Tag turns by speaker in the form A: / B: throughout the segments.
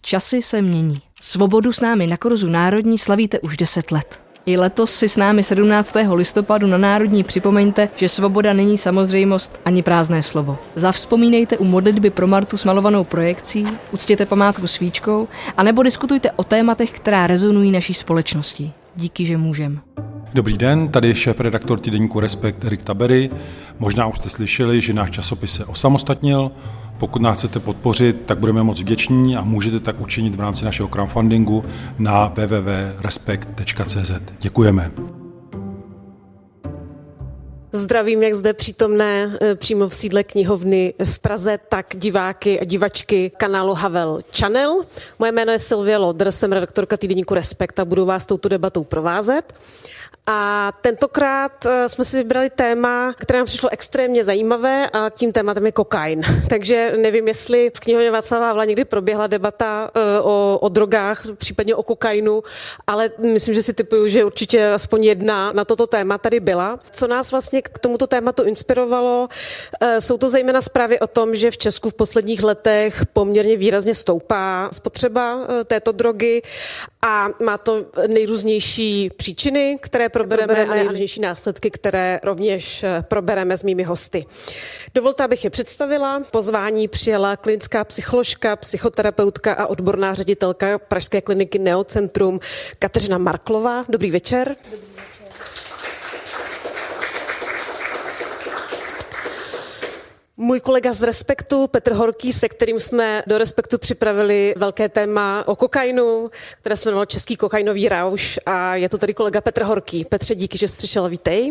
A: Časy se mění. Svobodu s námi na kurzu Národní slavíte už 10 let. I letos si s námi 17. listopadu na Národní připomeňte, že svoboda není samozřejmost ani prázdné slovo. Zavzpomínejte u modlitby pro Martu s malovanou projekcí, uctěte památku svíčkou, anebo diskutujte o tématech, která rezonují naší společností. Díky, že můžem.
B: Dobrý den, tady je šéfredaktor týdeníku Respekt Erik Tabery. Možná už jste slyšeli, že náš časopis se osamostatnil. Pokud nás chcete podpořit, tak budeme moc vděční a můžete tak učinit v rámci našeho crowdfundingu na www.respekt.cz. Děkujeme.
C: Zdravím jak zde přítomné přímo v sídle knihovny v Praze, tak diváky a divačky kanálu Havel Channel. Moje jméno je Sylvie Lodr, jsem redaktorka týdeníku Respekt a budu vás touto debatou provázet. A tentokrát jsme si vybrali téma, které nám přišlo extrémně zajímavé a tím tématem je kokain. Takže nevím, jestli v knihovně Václava Havla někdy proběhla debata o drogách, případně o kokainu, ale myslím, že si tipuju, že určitě aspoň jedna na toto téma tady byla. Co nás vlastně k tomuto tématu inspirovalo, jsou to zejména zprávy o tom, že v Česku v posledních letech poměrně výrazně stoupá spotřeba této drogy a má to nejrůznější příčiny, které probereme a nejrůznější následky, které rovněž probereme s mými hosty. Dovolte, abych je představila. Pozvání přijala klinická psycholožka, psychoterapeutka a odborná ředitelka pražské kliniky Neocentrum Kateřina Marklová. Dobrý večer. Můj kolega z Respektu, Petr Horký, se kterým jsme do Respektu připravili velké téma o kokainu, které se jmenovalo Český kokainový rauš, a je to tady kolega Petr Horký. Petře, díky, že jsi přišel, vítej.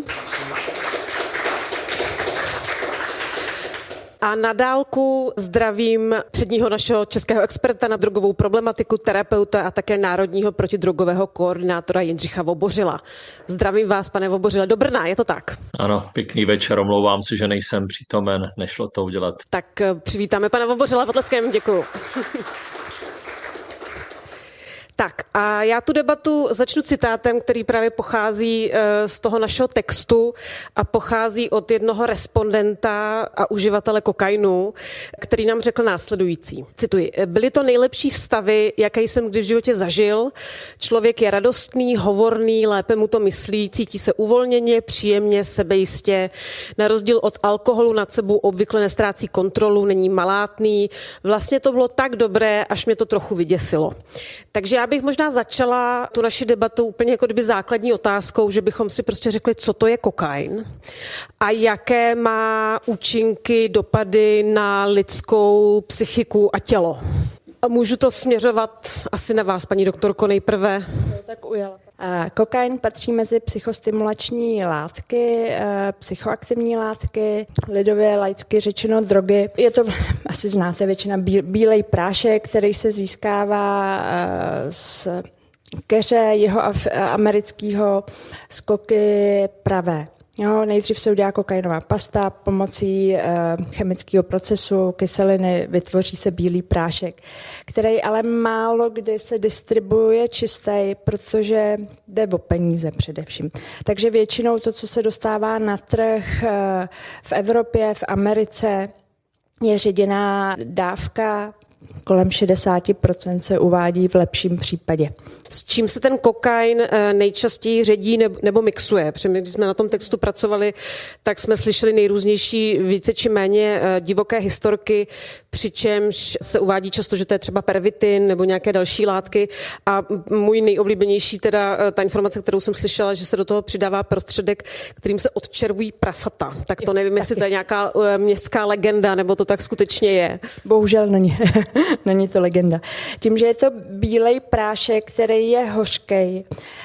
C: A na dálku zdravím předního našeho českého experta na drogovou problematiku, terapeuta a také národního protidrogového koordinátora Jindřicha Vobořila. Zdravím vás, pane Vobořile, do Brna, je to tak?
D: Ano, pěkný večer, omlouvám se, že nejsem přítomen, nešlo to udělat.
C: Tak přivítáme pana Vobořila, potleskem, děkuju. Tak a já tu debatu začnu citátem, který právě pochází z toho našeho textu a pochází od jednoho respondenta a uživatele kokainu, který nám řekl následující. Cituji. Byly to nejlepší stavy, jaké jsem kdy v životě zažil. Člověk je radostný, hovorný, lépe mu to myslí, cítí se uvolněně, příjemně, sebejistě. Na rozdíl od alkoholu nad sebou obvykle nestrácí kontrolu, není malátný. Vlastně to bylo tak dobré, až mě to trochu vyděsilo. Takže já bych možná začala tu naši debatu úplně jako kdyby základní otázkou, že bychom si prostě řekli, co to je kokain a jaké má účinky, dopady na lidskou psychiku a tělo. A můžu to směřovat asi na vás, paní doktorko, nejprve.
E: Tak ujela. Kokain patří mezi psychostimulační látky, psychoaktivní látky, lidově laicky řečeno drogy. Je to, asi znáte většina, bílej prášek, který se získává z keře jihoamerického z koky pravé. Jo, nejdřív se udělá kokainová pasta, pomocí chemického procesu kyseliny vytvoří se bílý prášek, který ale málo kdy se distribuuje čistý, protože jde o peníze především. Takže většinou to, co se dostává na trh v Evropě, v Americe, je ředěná dávka, kolem 60% se uvádí v lepším případě.
C: S čím se ten kokain nejčastěji ředí nebo mixuje? Protože my, když jsme na tom textu pracovali, tak jsme slyšeli nejrůznější více či méně divoké historky, přičemž se uvádí často, že to je třeba pervitin nebo nějaké další látky. A můj nejoblíbenější, teda ta informace, kterou jsem slyšela, že se do toho přidává prostředek, kterým se odčervují prasata. Tak to nevím, jestli to je nějaká městská legenda, nebo to tak skutečně je.
E: Bohužel není. Není to legenda. Tím, že je to bílej prášek, který je hořkej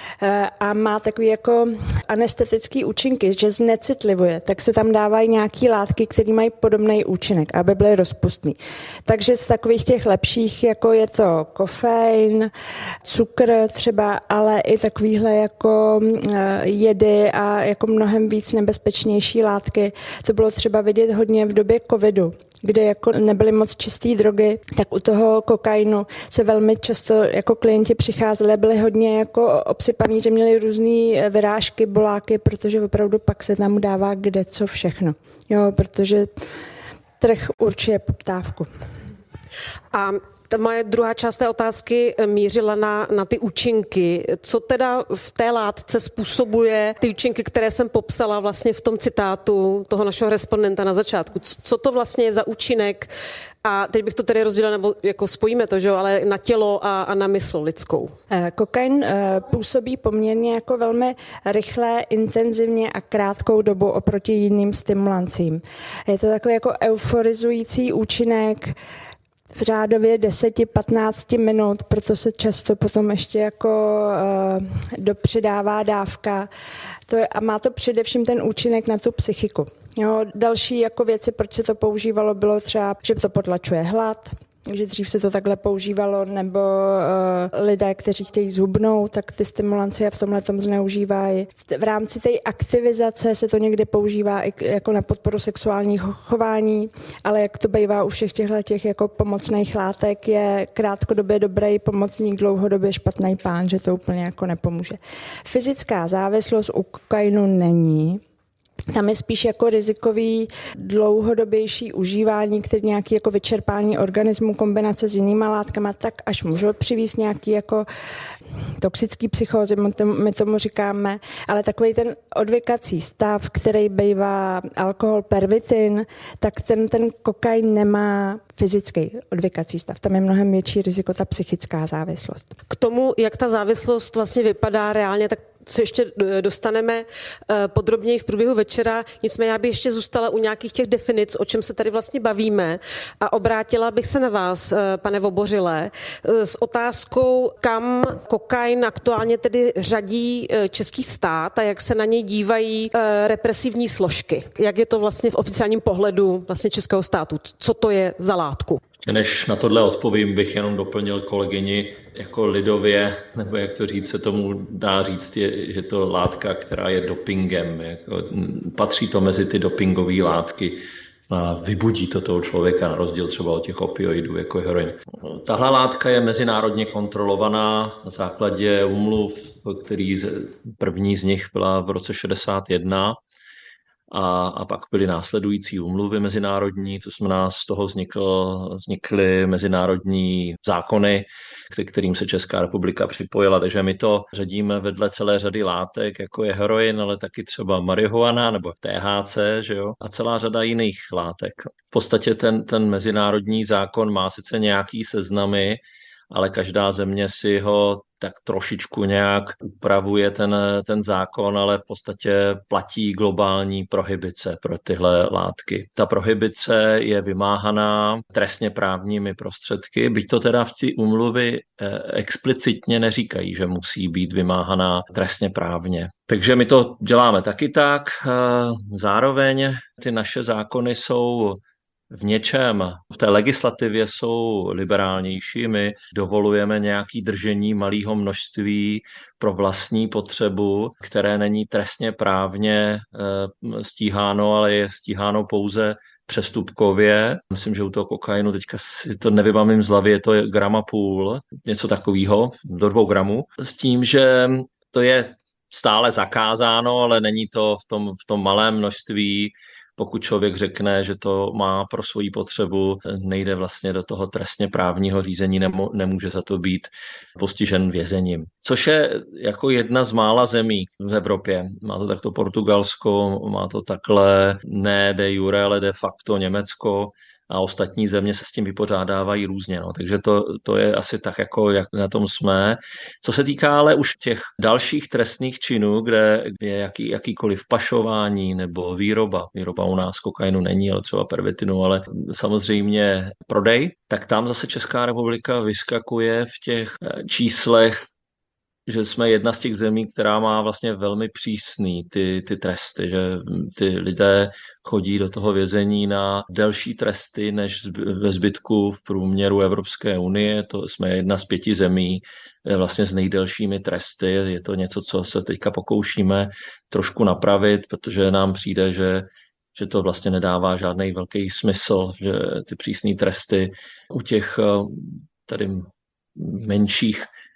E: a má takový jako anestetický účinky, že znecitlivuje, tak se tam dávají nějaký látky, které mají podobný účinek, aby byly rozpustný. Takže z takových těch lepších, jako je to kofein, cukr třeba, ale i takovýhle jako jedy a jako mnohem víc nebezpečnější látky. To bylo třeba vidět hodně v době covidu, kde jako nebyly moc čisté drogy, tak u toho kokainu se velmi často jako klienti přicházeli a byli hodně jako obsypaní, že měli různé vyrážky, boláky, protože opravdu pak se tam dává kde co všechno. Jo, protože trh určuje poptávku.
C: A Ta moje druhá část té otázky mířila na ty účinky. Co teda v té látce způsobuje ty účinky, které jsem popsala vlastně v tom citátu toho našeho respondenta na začátku? Co to vlastně je za účinek? A teď bych to tedy rozdělila, nebo jako spojíme to, že? Ale na tělo a na mysl lidskou.
E: Kokain působí poměrně jako velmi rychle, intenzivně a krátkou dobu oproti jiným stimulancím. Je to takový jako euforizující účinek v řádově 10-15 minut, proto se často potom ještě jako dopřidává dávka. A má to především ten účinek na tu psychiku. Jo, další jako věci, proč se to používalo, bylo třeba, že to potlačuje hlad, že dřív se to takhle používalo, nebo lidé, kteří chtějí zhubnout, tak ty stimulancie v tomhletom zneužívají. V rámci té aktivizace se to někdy používá i jako na podporu sexuálního chování, ale jak to bývá u všech těch jako pomocných látek, je krátkodobě dobrý pomocník, dlouhodobě špatný pán, že to úplně jako nepomůže. Fyzická závislost u kokainu není. Tam je spíš jako rizikový dlouhodobější užívání, který nějaký jako vyčerpání organismu, kombinace s jinýma látkama, tak až můžou přivést nějaký jako toxický psychózy, my tomu říkáme, ale takový ten odvykací stav, který bývá alkohol, pervitin, tak ten kokain nemá fyzický odvykací stav. Tam je mnohem větší riziko ta psychická závislost.
C: K tomu, jak ta závislost vlastně vypadá reálně, tak se ještě dostaneme podrobněji v průběhu večera. Nicméně já bych ještě zůstala u nějakých těch definic, o čem se tady vlastně bavíme, a obrátila bych se na vás, pane Vobořile, s otázkou, kam kokain aktuálně tedy řadí český stát a jak se na něj dívají represivní složky. Jak je to vlastně v oficiálním pohledu vlastně českého státu? Co to je za látku?
D: Než na tohle odpovím, bych jenom doplnil kolegyni, jako lidově, nebo jak to říct, se tomu dá říct, že to látka, která je dopingem. Jako, patří to mezi ty dopingové látky a vybudí to toho člověka na rozdíl třeba od těch opioidů, jako je heroin. Tahle látka je mezinárodně kontrolovaná na základě úmluv, který první z nich byla v roce 61, a pak byly následující úmluvy mezinárodní, to znamená, z toho vznikly mezinárodní zákony, kterým se Česká republika připojila, takže my to řadíme vedle celé řady látek, jako je heroin, ale taky třeba marihuana nebo THC, že jo, a celá řada jiných látek. V podstatě ten mezinárodní zákon má sice nějaký seznamy, ale každá země si ho tak trošičku nějak upravuje ten zákon, ale v podstatě platí globální prohibice pro tyhle látky. Ta prohibice je vymáhaná trestně právními prostředky, byť to teda v té úmluvy explicitně neříkají, že musí být vymáhaná trestně právně. Takže my to děláme taky tak. Zároveň ty naše zákony jsou v něčem, v té legislativě jsou liberálnější. My dovolujeme nějaké držení malého množství pro vlastní potřebu, které není trestně právně stíháno, ale je stíháno pouze přestupkově. Myslím, že u toho kokainu, teďka si to nevybavím z hlavy, je to 1,5 grama, něco takového, do 2 gramů, s tím, že to je stále zakázáno, ale není to v tom malém množství. Pokud člověk řekne, že to má pro svoji potřebu, nejde vlastně do toho trestně právního řízení, nemůže za to být postižen vězením. Což je jako jedna z mála zemí v Evropě. Má to takto Portugalsko, má to takhle ne de jure, ale de facto Německo, a ostatní země se s tím vypořádávají různě. No. Takže to je asi tak, jako jak na tom jsme. Co se týká ale už těch dalších trestných činů, kde je jakýkoliv pašování nebo výroba u nás kokainu není, ale třeba pervitinu, ale samozřejmě prodej, tak tam zase Česká republika vyskakuje v těch číslech, že jsme jedna z těch zemí, která má vlastně velmi přísný ty tresty, že ty lidé chodí do toho vězení na delší tresty než ve zbytku v průměru Evropské unie. To jsme jedna z 5 zemí vlastně s nejdelšími tresty. Je to něco, co se teďka pokoušíme trošku napravit, protože nám přijde, že to vlastně nedává žádný velký smysl, že ty přísné tresty u těch tady menších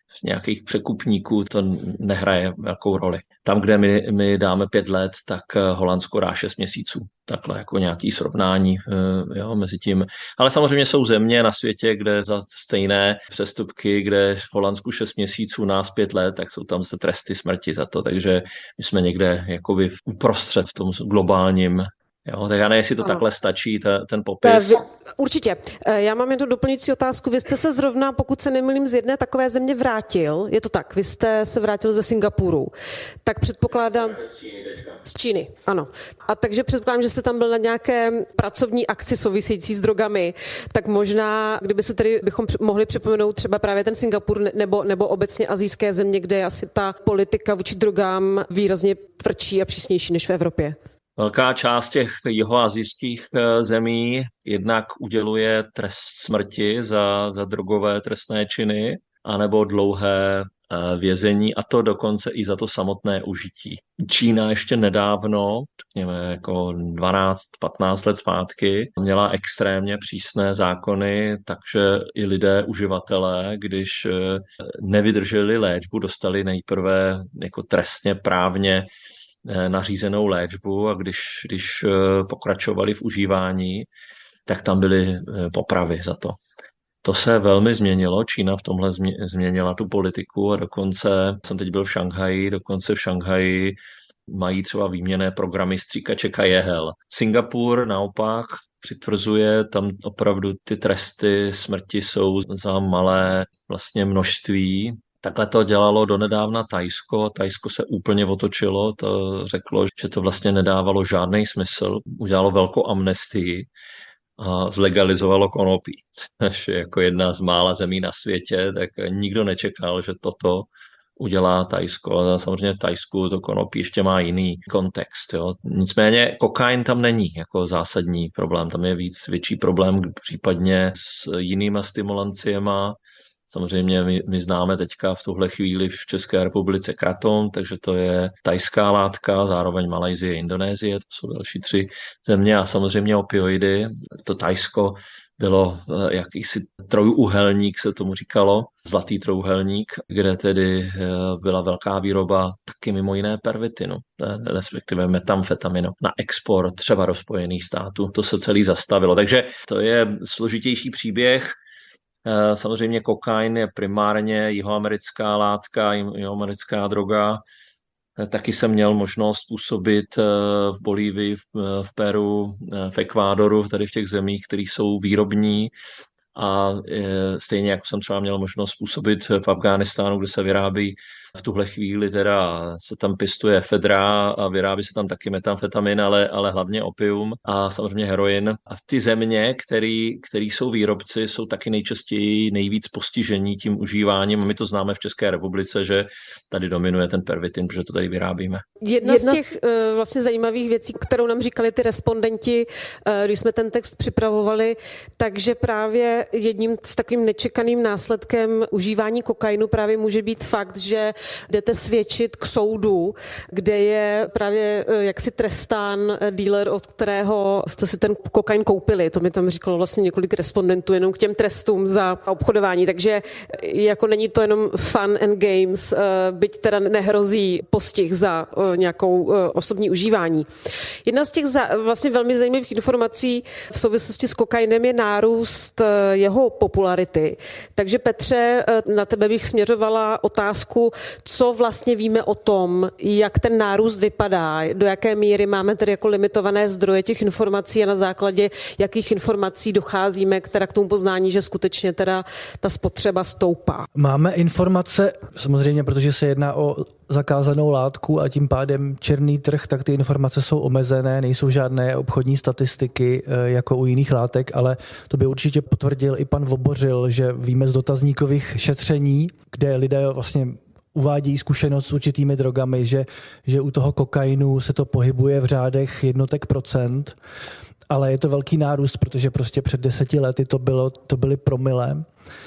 D: nějakých překupníků to nehraje velkou roli. Tam, kde my dáme 5 let, tak Holandsko dá 6 měsíců. Takhle jako nějaký srovnání mezi tím. Ale samozřejmě jsou země na světě, kde za stejné přestupky, kde v Holandsku 6 měsíců, nás 5 let, tak jsou tam se tresty smrti za to. Takže my jsme někde jakoby uprostřed v tom globálním. Jo, tak já nevím, jestli to takhle stačí, ten popis.
C: Určitě. Já mám jednu doplňující otázku. Vy jste se zrovna, pokud se nemýlím, z jedné takové země vrátil. Je to tak? Vy jste se vrátil ze Singapuru. Tak předpokládám... Z Číny, ano. A takže předpokládám, že jste tam byl na nějaké pracovní akci související s drogami. Tak možná, kdyby se tedy bychom mohli připomenout třeba právě ten Singapur nebo obecně asijské země, kde je asi ta politika vůči drogám výrazně tvrdší a přísnější než v Evropě.
D: Velká část těch jihoasijských zemí jednak uděluje trest smrti za drogové trestné činy anebo dlouhé vězení, a to dokonce i za to samotné užití. Čína ještě nedávno, řekněme jako 12-15 let zpátky, měla extrémně přísné zákony, takže i lidé, uživatelé, když nevydrželi léčbu, dostali nejprve jako trestně právně nařízenou léčbu, a když pokračovali v užívání, tak tam byly popravy za to. To se velmi změnilo, Čína v tomhle změnila tu politiku a dokonce, jsem teď byl v Šanghaji, dokonce v Šanghaji mají třeba výměnné programy stříkaček a jehel. Singapur naopak přitvrzuje, tam opravdu ty tresty smrti jsou za malé vlastně množství. Takhle to dělalo donedávna Thajsko. Thajsko se úplně otočilo, to řeklo, že to vlastně nedávalo žádný smysl. Udělalo velkou amnestii a zlegalizovalo konopí, což je jako jedna z mála zemí na světě, tak nikdo nečekal, že toto udělá Thajsko. A samozřejmě v Thajsku to konopí ještě má jiný kontext. Jo. Nicméně kokain tam není jako zásadní problém, tam je větší problém případně s jinýma stimulanciema. Samozřejmě my známe teďka v tuhle chvíli v České republice kratom, takže to je thajská látka, zároveň Malajsie, Indonésie, to jsou další 3 země, a samozřejmě opioidy. To Thajsko bylo jakýsi trojúhelník, se tomu říkalo, zlatý trojúhelník, kde tedy byla velká výroba taky mimo jiné pervitinu, respektive metamfetaminu na export třeba do Spojených států. To se celý zastavilo, takže to je složitější příběh. Samozřejmě kokain je primárně jihoamerická látka, jihoamerická droga. Taky jsem měl možnost působit v Bolívii, v Peru, v Ekvádoru, tady v těch zemích, které jsou výrobní. A stejně jako jsem třeba měl možnost působit v Afghánistánu, kde se vyrábí v tuhle chvíli, teda se tam pěstuje efedra a vyrábí se tam taky metamfetamin, ale hlavně opium a samozřejmě heroin. A ty země, který jsou výrobci, jsou taky nejčastěji nejvíc postižení tím užíváním. A my to známe v České republice, že tady dominuje ten pervitin, protože to tady vyrábíme.
C: Jedna z těch vlastně zajímavých věcí, kterou nám říkali ty respondenti, když jsme ten text připravovali, takže právě jedním z takovým nečekaným následkem užívání kokainu právě může být fakt, že jdete svědčit k soudu, kde je právě jaksi trestán dealer, od kterého jste si ten kokain koupili. To mi tam říkalo vlastně několik respondentů jenom k těm trestům za obchodování. Takže jako není to jenom fun and games, byť teda nehrozí postih za nějakou osobní užívání. Jedna z těch vlastně velmi zajímavých informací v souvislosti s kokainem je nárůst jeho popularity. Takže Petře, na tebe bych směřovala otázku, co vlastně víme o tom, jak ten nárůst vypadá, do jaké míry máme tedy jako limitované zdroje těch informací a na základě jakých informací docházíme k tomu poznání, že skutečně teda ta spotřeba stoupá.
F: Máme informace, samozřejmě, protože se jedná o zakázanou látku a tím pádem černý trh, tak ty informace jsou omezené, nejsou žádné obchodní statistiky jako u jiných látek, ale to by určitě potvrdil i pan Vobořil, že víme z dotazníkových šetření, kde lidé vlastně uvádí zkušenost s určitými drogami, že u toho kokainu se to pohybuje v řádech jednotek procent, ale je to velký nárůst, protože prostě před 10 lety to byly promile.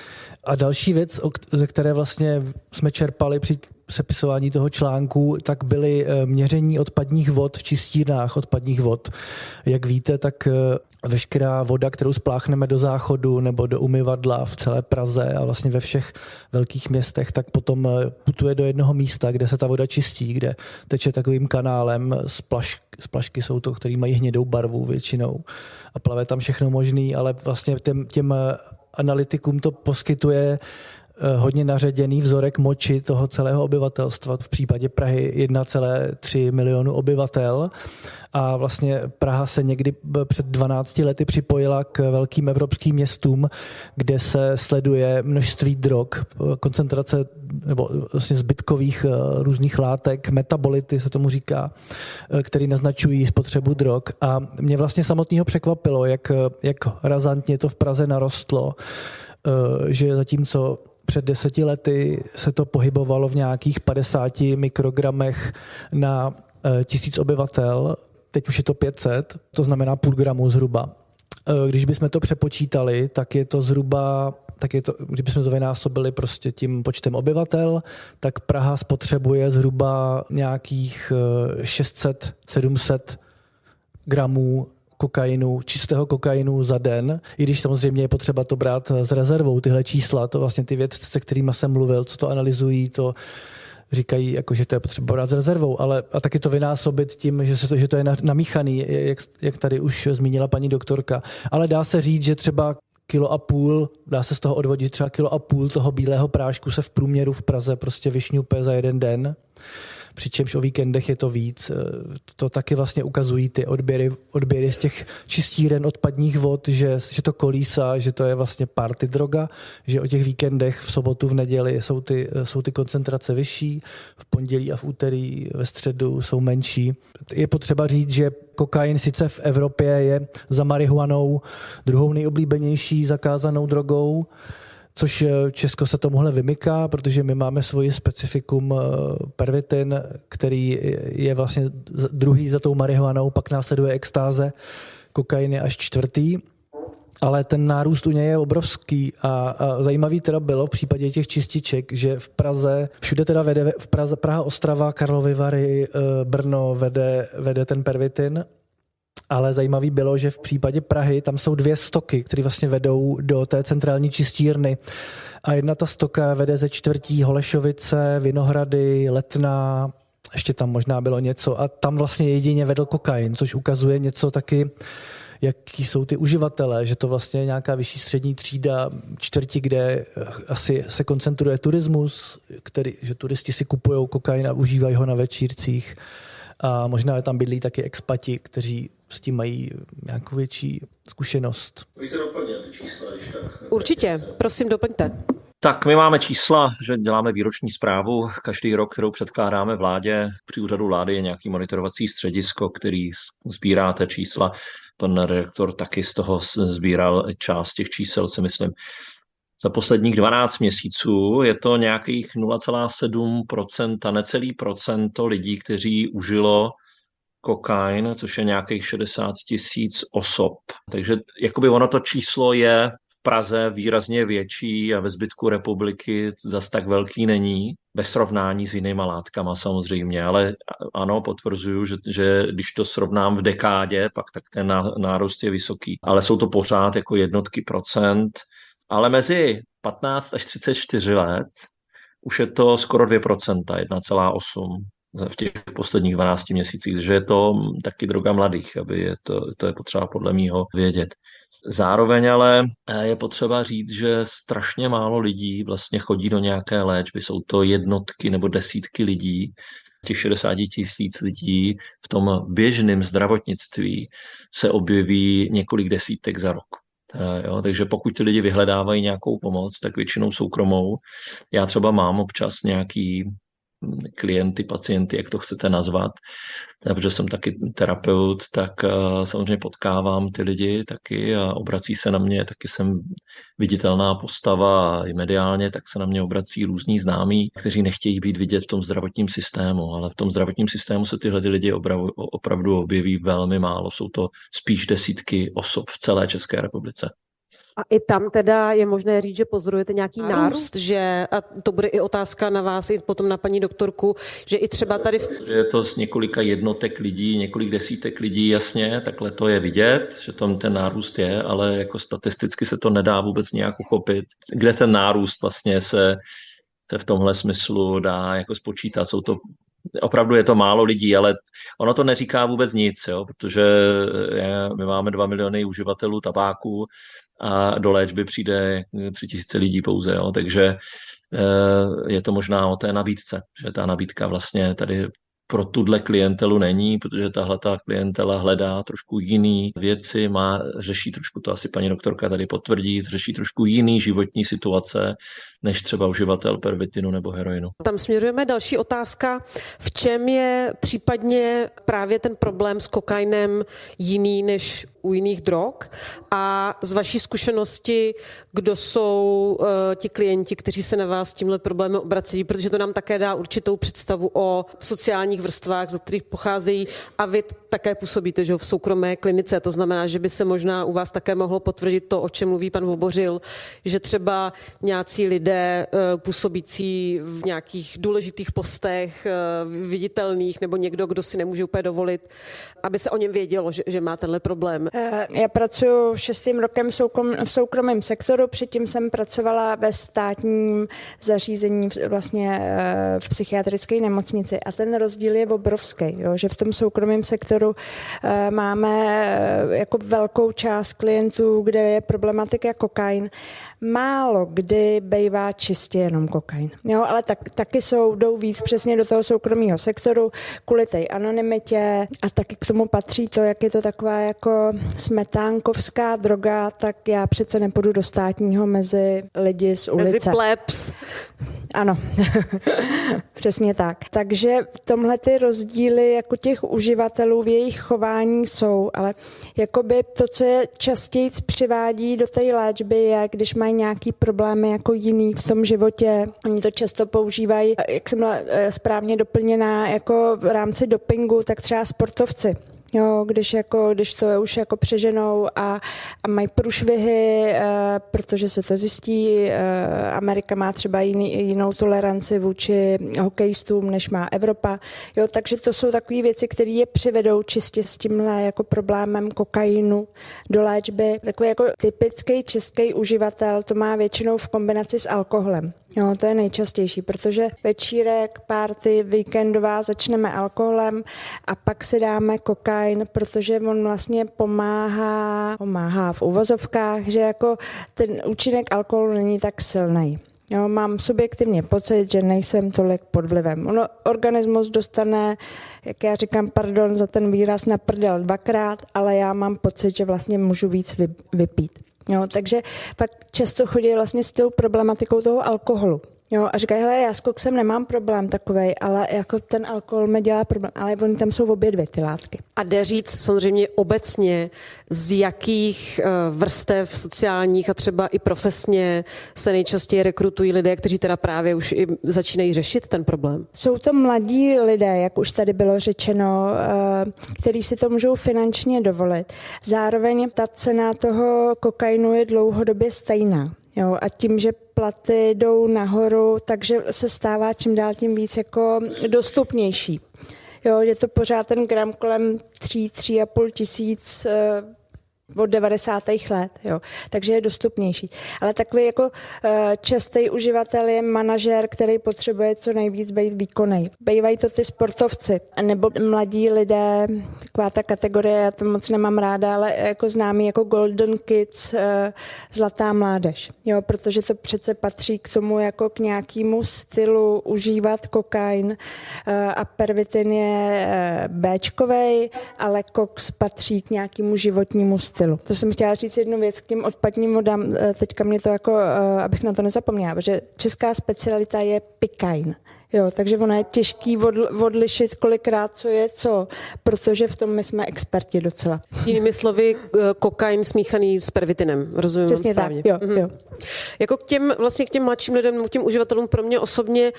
F: A další věc, ze které vlastně jsme čerpali při sepisování toho článku, tak byly měření odpadních vod v čistírnách odpadních vod. Jak víte, tak veškerá voda, kterou spláchneme do záchodu nebo do umyvadla v celé Praze a vlastně ve všech velkých městech, tak potom putuje do jednoho místa, kde se ta voda čistí, kde teče takovým kanálem. Splašky jsou to, které mají hnědou barvu většinou a plave tam všechno možný, ale vlastně těm analytikům to poskytuje hodně naředěný vzorek moči toho celého obyvatelstva. V případě Prahy 1,3 milionu obyvatel a vlastně Praha se někdy před 12 lety připojila k velkým evropským městům, kde se sleduje množství drog, koncentrace nebo vlastně zbytkových různých látek, metabolity se tomu říká, který naznačují spotřebu drog. A mě vlastně samotného překvapilo, jak razantně to v Praze narostlo, že zatímco před 10 lety se to pohybovalo v nějakých 50 mikrogramech na 1000 obyvatel, teď už je to 500, to znamená půl gramu zhruba. Když bychom to přepočítali, tak je to zhruba, kdybychom to vynásobili prostě tím počtem obyvatel, tak Praha spotřebuje zhruba nějakých 600-700 gramů kokainu, čistého kokainu za den, i když samozřejmě je potřeba to brát s rezervou, tyhle čísla, to vlastně ty vědci, se kterými jsem mluvil, co to analyzují, to říkají, jako, že to je potřeba brát s rezervou, ale a taky to vynásobit tím, že to je namíchaný, jak tady už zmínila paní doktorka. Ale dá se říct, že třeba 1,5 kg, dá se z toho odvodit třeba 1,5 kg toho bílého prášku se v průměru v Praze prostě vyšňupe za jeden den. Přičemž o víkendech je to víc. To taky vlastně ukazují ty odběry z těch čistíren odpadních vod, že to kolísá, že to je vlastně party droga, že o těch víkendech v sobotu, v neděli jsou ty koncentrace vyšší, v pondělí a v úterý, ve středu jsou menší. Je potřeba říct, že kokain sice v Evropě je za marihuanou druhou nejoblíbenější zakázanou drogou, což Česko se tomuhle vymyká, protože my máme svoji specifikum pervitin, který je vlastně druhý za tou marihuanou, pak následuje extáze, kokain je až 4. Ale ten nárůst u něj je obrovský a zajímavý teda bylo v případě těch čističek, že v Praze, všude teda vede Praha, Ostrava, Karlovy Vary, Brno vede ten pervitin. Ale zajímavý bylo, že v případě Prahy tam jsou 2 stoky, které vlastně vedou do té centrální čistírny. A jedna ta stoka vede ze čtvrtí Holešovice, Vinohrady, Letná, ještě tam možná bylo něco. A tam vlastně jedině vedl kokain, což ukazuje něco taky, jaký jsou ty uživatelé, že to vlastně je nějaká vyšší střední třída čtvrti, kde asi se koncentruje turismus, že turisti si kupují kokain a užívají ho na večírcích. A možná tam bydlí taky expati, kteří s tím mají nějakou větší zkušenost.
D: Můžete doplnit ty čísla, když tak.
C: Určitě, prosím, doplňte.
D: Tak my máme čísla, že děláme výroční zprávu každý rok, kterou předkládáme vládě. Při úřadu vlády je nějaký monitorovací středisko, který sbírá ty čísla. Pan redaktor taky z toho sbíral část těch čísel, si myslím. Za posledních 12 měsíců je to nějakých 0,7%, necelý procento lidí, kteří užilo kokain, což je nějakých 60 000 osob. Takže jakoby ono to číslo je v Praze výrazně větší a ve zbytku republiky zas tak velký není, ve srovnání s jinýma látkama samozřejmě, ale ano, potvrzuju, že když to srovnám v dekádě, pak tak ten nárůst je vysoký. Ale jsou to pořád jako jednotky procent, ale mezi 15 až 34 let už je to skoro 2%, 1,8% v těch posledních 12 měsících, že je to taky droga mladých, aby to je potřeba podle mýho vědět. Zároveň ale je potřeba říct, že strašně málo lidí vlastně chodí do nějaké léčby, jsou to jednotky nebo desítky lidí, těch 60 000 lidí v tom běžném zdravotnictví se objeví několik desítek za rok. Jo, takže pokud ty lidi vyhledávají nějakou pomoc, tak většinou soukromou. Já třeba mám občas nějaký klienty, pacienty, jak to chcete nazvat, protože jsem taky terapeut, tak samozřejmě potkávám ty lidi taky a obrací se na mě, taky jsem viditelná postava i mediálně, tak se na mě obrací různí známí, kteří nechtějí být vidět v tom zdravotním systému, ale v tom zdravotním systému se tyhle lidi opravdu objeví velmi málo, jsou to spíš desítky osob v celé České republice.
C: A i tam teda je možné říct, že pozorujete nějaký nárůst, že, a to bude i otázka na vás, i potom na paní doktorku, že i třeba tady...
D: Je to z několika jednotek lidí, několik desítek lidí, jasně, takhle to je vidět, že tam ten nárůst je, ale jako statisticky se to nedá vůbec nějak uchopit. Kde ten nárůst vlastně se v tomhle smyslu dá jako spočítat. Opravdu je to málo lidí, ale ono to neříká vůbec nic, jo, protože my máme 2 miliony uživatelů tabáku a do léčby přijde 3000 lidí pouze, jo, takže je to možná o té nabídce, že ta nabídka vlastně tady pro tuhle klientelu není, protože tahle ta klientela hledá trošku jiný věci, řeší trošku, to asi paní doktorka tady potvrdí, řeší trošku jiný životní situace, než třeba uživatel pervitinu nebo heroinu.
C: Tam směřujeme další otázka. V čem je případně právě ten problém s kokainem jiný než u jiných drog? A z vaší zkušenosti, kdo jsou ti klienti, kteří se na vás s tímhle problémem obracejí, protože to nám také dá určitou představu o sociálních vrstvách, ze kterých pocházejí, a vy také působíte, že v soukromé klinice. To znamená, že by se možná u vás také mohlo potvrdit to, o čem mluví pan Vobořil, že třeba nějací lidé působící v nějakých důležitých postech, viditelných, nebo někdo, kdo si nemůže úplně dovolit, aby se o něm vědělo, že má tenhle problém.
E: Já pracuji 6. rokem v soukromém sektoru, předtím jsem pracovala ve státním zařízení vlastně v psychiatrické nemocnici a ten rozdíl je obrovský, jo, že v tom soukromém sektoru máme jako velkou část klientů, kde je problematika kokain. Málo kdy bývá čistě jenom kokain. Jo, ale taky jdou víc přesně do toho soukromého sektoru kvůli té anonymitě a taky k tomu patří to, jak je to taková jako smetánkovská droga, tak já přece nepůjdu do státního mezi lidi z ulice.
C: Mezi plebs.
E: Ano, přesně tak. Takže tomhle ty rozdíly jako těch uživatelů v jejich chování jsou, ale jakoby to, co je častěji přivádí do té léčby, je, když mají nějaký problémy jako jiný v tom životě. Oni to často používají, jak jsem byla správně doplněná, jako v rámci dopingu, tak třeba sportovci. Jo, když to je už jako přeženou a mají průšvihy, protože se to zjistí, Amerika má třeba jinou toleranci vůči hokejistům, než má Evropa. Jo, takže to jsou takové věci, které je přivedou čistě s tímhle jako problémem kokainu do léčby. Takový jako typický český uživatel to má většinou v kombinaci s alkoholem. Jo, to je nejčastější, protože večírek, party, víkendová začneme alkoholem a pak si dáme kokain, protože on vlastně pomáhá v uvozovkách, že jako ten účinek alkoholu není tak silný. Jo, mám subjektivně pocit, že nejsem tolik pod vlivem. Organismus dostane, jak já říkám, pardon za ten výraz, na prdel 2krát, ale já mám pocit, že vlastně můžu víc vypít. Jo, takže pak často chodí vlastně s tou problematikou toho alkoholu. Jo, a říkají, hele, já s koksem nemám problém takovej, ale jako ten alkohol mi dělá problém, ale oni tam jsou obě dvě ty látky.
C: A jde říct samozřejmě obecně, z jakých vrstev sociálních a třeba i profesně se nejčastěji rekrutují lidé, kteří teda právě už i začínají řešit ten problém?
E: Jsou to mladí lidé, jak už tady bylo řečeno, kteří si to můžou finančně dovolit. Zároveň ta cena toho kokainu je dlouhodobě stejná. Jo, a tím, že platy jdou nahoru, takže se stává čím dál tím víc jako dostupnější. Jo, je to pořád ten gram kolem 3,5 tisíc od 90. let, jo. Takže je dostupnější. Ale takový jako častý uživatel je manažer, který potřebuje co nejvíc být výkonný. Bývají to ty sportovci, nebo mladí lidé, taková ta kategorie, já to moc nemám ráda, ale jako známý jako Golden Kids, zlatá mládež. Jo, protože to přece patří k tomu jako k nějakému stylu užívat kokain a pervitin je Bčkovej, ale koks patří k nějakému životnímu stylu. To jsem chtěla říct jednu věc k těm odpadním vodám. Teďka mě to jako, abych na to nezapomněla, protože česká specialita je pikain. Jo, takže ono je těžký odlišit kolikrát, co je co, protože v tom my jsme experti docela.
C: Jinými slovy, kokain smíchaný s pervitinem, rozumím
E: přesně
C: správně.
E: Tak, jo.
C: Jako k těm mladším lidem, k těm uživatelům pro mě osobně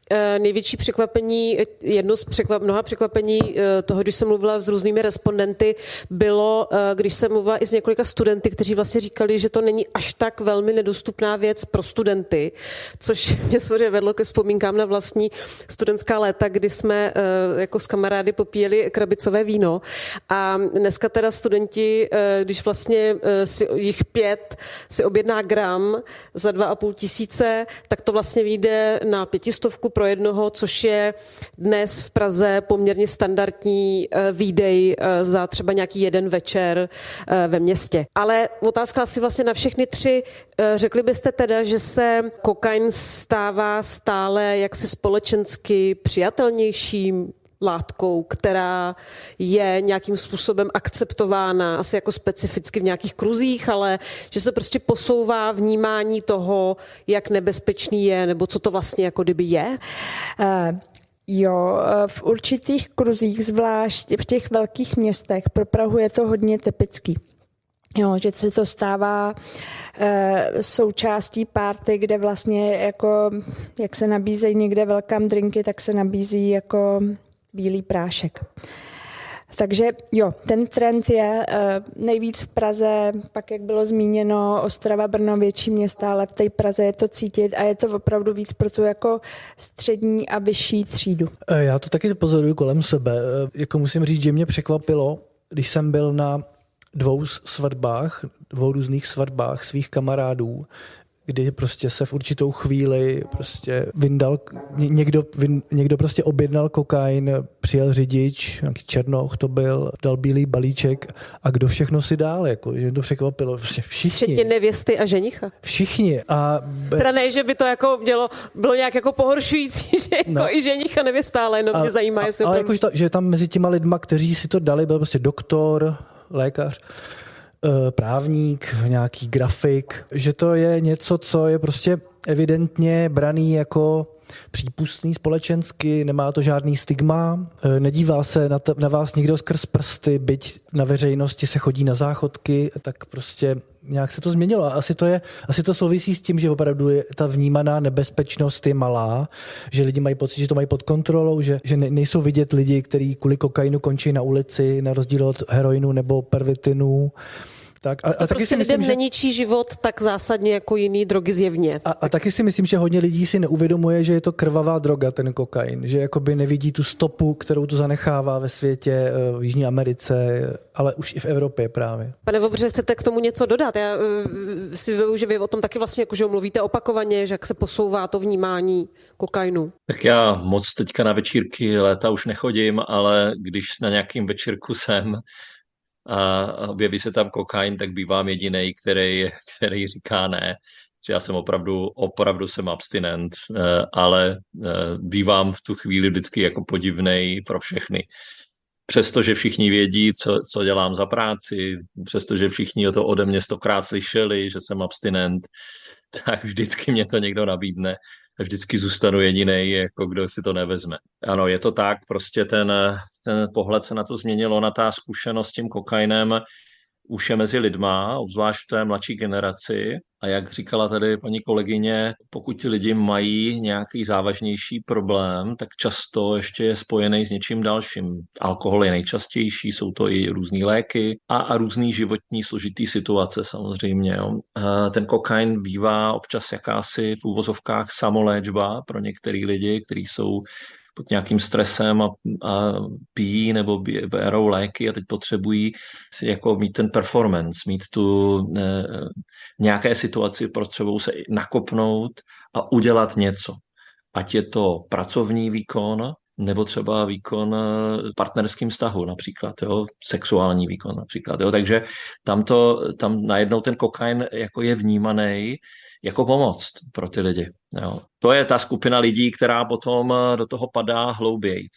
C: největší překvapení, jedno z mnoha překvapení toho, když jsem mluvila s různými respondenty, bylo, když jsem mluvila i s několika studenty, kteří vlastně říkali, že to není až tak velmi nedostupná věc pro studenty, což mě samozřejmě vedlo ke vzpomínkám na vlastní studentská léta, kdy jsme jako s kamarády popíjeli krabicové víno a dneska teda studenti, když vlastně si jich 5 si objedná gram za 2,5 tisíce, tak to vlastně vyjde na 500 pro jednoho, což je dnes v Praze poměrně standardní výdej za třeba nějaký jeden večer ve městě. Ale otázka asi vlastně na všechny 3. Řekli byste teda, že se kokain stává stále jaksi společensky přijatelnějším látkou, která je nějakým způsobem akceptována, asi jako specificky v nějakých kruzích, ale že se prostě posouvá vnímání toho, jak nebezpečný je, nebo co to vlastně jako kdyby je?
E: Jo, v určitých kruzích, zvlášť v těch velkých městech, pro Prahu je to hodně typický. Jo, že se to stává součástí party, kde vlastně jako, jak se nabízejí někde welcome drinky, tak se nabízí jako bílý prášek. Takže jo, ten trend je nejvíc v Praze, pak jak bylo zmíněno, Ostrava, Brno, větší města, ale v té Praze je to cítit a je to opravdu víc pro tu jako střední a vyšší třídu.
F: Já to taky pozoruju kolem sebe. Jako musím říct, že mě překvapilo, když jsem byl na 2 různých svatbách svých kamarádů, kdy prostě se v určitou chvíli prostě někdo prostě objednal kokain, přijel řidič, nějaký černoch to byl, dal bílý balíček a kdo všechno si dál, jako, že to překvapilo, prostě všichni.
C: Včetně nevěsty a ženicha.
F: Všichni.
C: Teda ne, že by to jako bylo nějak jako pohoršující, že jako i ženicha nevěsta, ale jenom mě zajímá, jestli
F: ale jako, že tam mezi těma lidma, kteří si to dali, byl prostě doktor, lékař, právník, nějaký grafik, že to je něco, co je prostě evidentně braný jako přípustný společensky, nemá to žádný stigma, nedívá se na vás nikdo skrz prsty, byť na veřejnosti se chodí na záchodky, tak prostě nějak se to změnilo. A asi to souvisí s tím, že opravdu ta vnímaná nebezpečnost je malá, že lidi mají pocit, že to mají pod kontrolou, že nejsou vidět lidi, kteří kvůli kokainu končí na ulici, na rozdíl od heroinu nebo pervitinu. Tak, a taky
C: prostě
F: si myslím,
C: lidem neničí život tak zásadně jako jiný drogy zjevně.
F: A taky si myslím, že hodně lidí si neuvědomuje, že je to krvavá droga, ten kokain. Že jakoby nevidí tu stopu, kterou to zanechává ve světě, v Jižní Americe, ale už i v Evropě právě.
C: Pane Vobře, chcete k tomu něco dodat? Já si vybavuji, že vy o tom taky vlastně jako, že mluvíte opakovaně, že jak se posouvá to vnímání kokainu.
D: Tak já moc teďka na večírky léta už nechodím, ale když na nějakým večírku jsem a objeví se tam kokain, tak bývám jedinej, který říká ne. Já jsem opravdu jsem abstinent, ale bývám v tu chvíli vždycky jako podivnej pro všechny. Přestože všichni vědí, co dělám za práci, přestože všichni to ode mě 100krát slyšeli, že jsem abstinent, tak vždycky mě to někdo nabídne. Vždycky zůstanu jedinej, jako kdo si to nevezme. Ano, je to tak, prostě ten pohled se na to změnilo, na ta zkušenost s tím kokainem už je mezi lidma, obzvlášť v té mladší generaci. A jak říkala tady paní kolegyně, pokud ti lidi mají nějaký závažnější problém, tak často ještě je spojený s něčím dalším. Alkohol je nejčastější, jsou to i různý léky a různý životní složitý situace samozřejmě. Jo. Ten kokain bývá občas jakási v úvozovkách samoléčba pro některý lidi, kteří jsou pod nějakým stresem a pijí nebo berou léky a teď potřebují jako mít ten performance, mít tu nějaké situaci, potřebují se nakopnout a udělat něco. Ať je to pracovní výkon, nebo třeba výkon partnerským vztahu například, jo? Sexuální výkon například. Jo? Takže tam najednou ten kokain jako je vnímaný jako pomoc pro ty lidi. Jo. To je ta skupina lidí, která potom do toho padá hloubějc.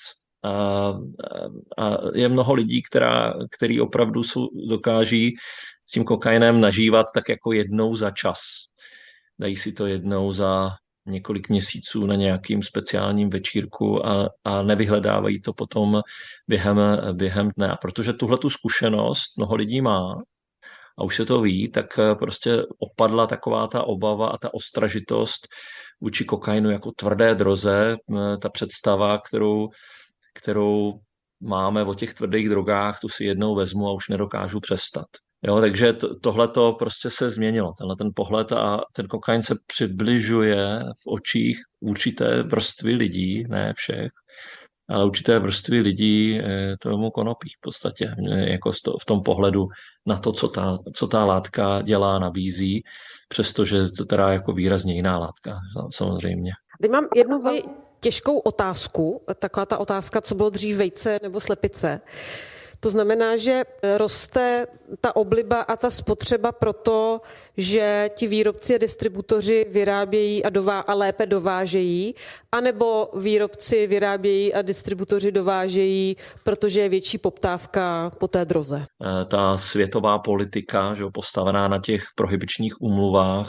D: A je mnoho lidí, který opravdu dokáží s tím kokainem nažívat tak jako jednou za čas. Dají si to jednou za několik měsíců na nějakým speciálním večírku a nevyhledávají to potom během dne. A protože tuhletu zkušenost mnoho lidí má a už se to ví, tak prostě opadla taková ta obava a ta ostražitost vůči kokainu jako tvrdé droze, ta představa, kterou máme o těch tvrdých drogách, tu si jednou vezmu a už nedokážu přestat. Jo, takže tohleto prostě se změnilo, ten pohled, a ten kokain se přibližuje v očích určité vrstvy lidí, ne všech, ale určité vrstvy lidí tomu konopí v podstatě, jako v tom pohledu na to, co ta látka dělá, nabízí, přestože to teda jako výrazně jiná látka, samozřejmě.
C: Teď mám jednu těžkou otázku, taková ta otázka, co bylo dřív, vejce nebo slepice. To znamená, že roste ta obliba a ta spotřeba proto, že ti výrobci a distributoři vyrábějí a lépe dovážejí, anebo výrobci vyrábějí a distributoři dovážejí, protože je větší poptávka po té droze.
D: Ta světová politika, že postavená na těch prohibičních úmluvách,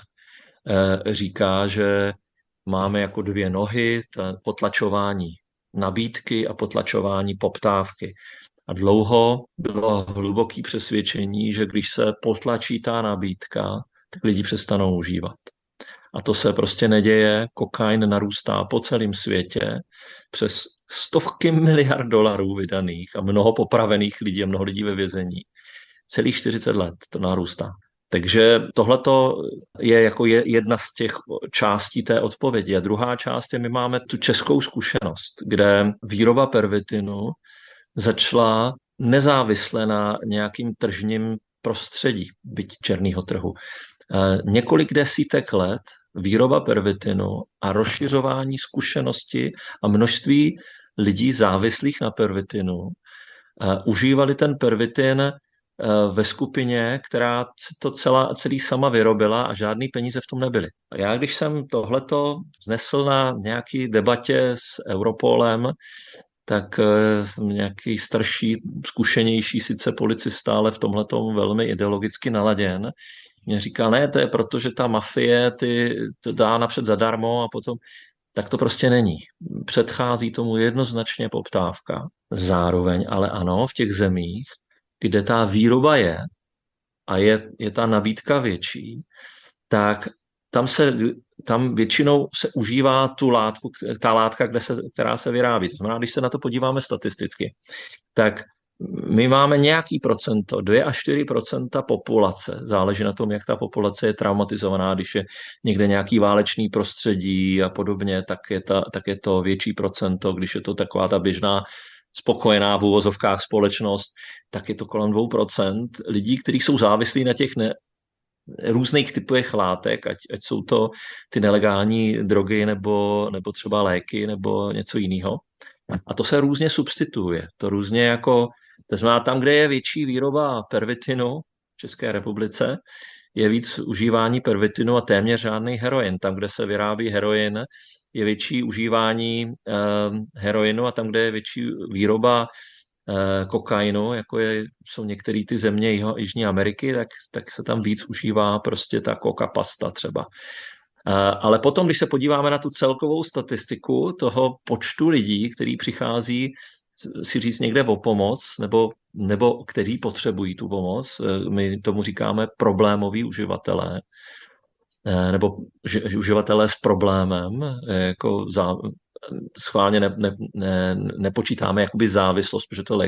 D: říká, že máme jako dvě nohy, potlačování nabídky a potlačování poptávky. A dlouho bylo hluboké přesvědčení, že když se potlačí ta nabídka, tak lidi přestanou užívat. A to se prostě neděje. Kokain narůstá po celém světě přes stovky miliard dolarů vydaných a mnoho popravených lidí a mnoho lidí ve vězení. Celých 40 let to narůstá. Takže tohleto je jako jedna z těch částí té odpovědi. A druhá část je, my máme tu českou zkušenost, kde výroba pervitinu začala nezávisle na nějakým tržním prostředí, byť černého trhu. Několik desítek let výroba pervitinu a rozšiřování zkušenosti a množství lidí závislých na pervitinu užívali ten pervitin ve skupině, která to celý sama vyrobila a žádný peníze v tom nebyly. Já, když jsem tohleto vznesl na nějaký debatě s Europolem, tak nějaký starší, zkušenější sice policista, ale v tomhletom velmi ideologicky naladěn, mě říkal, ne, to je proto, že ta mafie to dá napřed zadarmo a potom, tak to prostě není. Předchází tomu jednoznačně poptávka. Zároveň, ale ano, v těch zemích, kde ta výroba je a je ta nabídka větší, tak tam většinou se užívá ta látka, která se vyrábí. To znamená, když se na to podíváme statisticky, tak my máme nějaký procento, 2-4% populace. Záleží na tom, jak ta populace je traumatizovaná. Když je někde nějaký válečný prostředí a podobně, tak je to větší procento. Když je to taková ta běžná spokojená v uvozovkách společnost, tak je to kolem 2% lidí, kteří jsou závislí na těch různých typech látek, ať jsou to ty nelegální drogy nebo třeba léky nebo něco jiného. A to se různě substituje. To různě jako, to znamená tam, kde je větší výroba pervitinu v České republice, je víc užívání pervitinu a téměř žádný heroin. Tam, kde se vyrábí heroin, je větší užívání heroinu a tam, kde je větší výroba kokainu, jako jsou některé ty země Jižní Ameriky, tak se tam víc užívá prostě ta coca pasta třeba. Ale potom, když se podíváme na tu celkovou statistiku toho počtu lidí, kteří přichází si říct někde o pomoc, nebo kteří potřebují tu pomoc, my tomu říkáme problémoví uživatelé, nebo uživatelé s problémem, jako schválně nepočítáme jakoby závislost, protože to je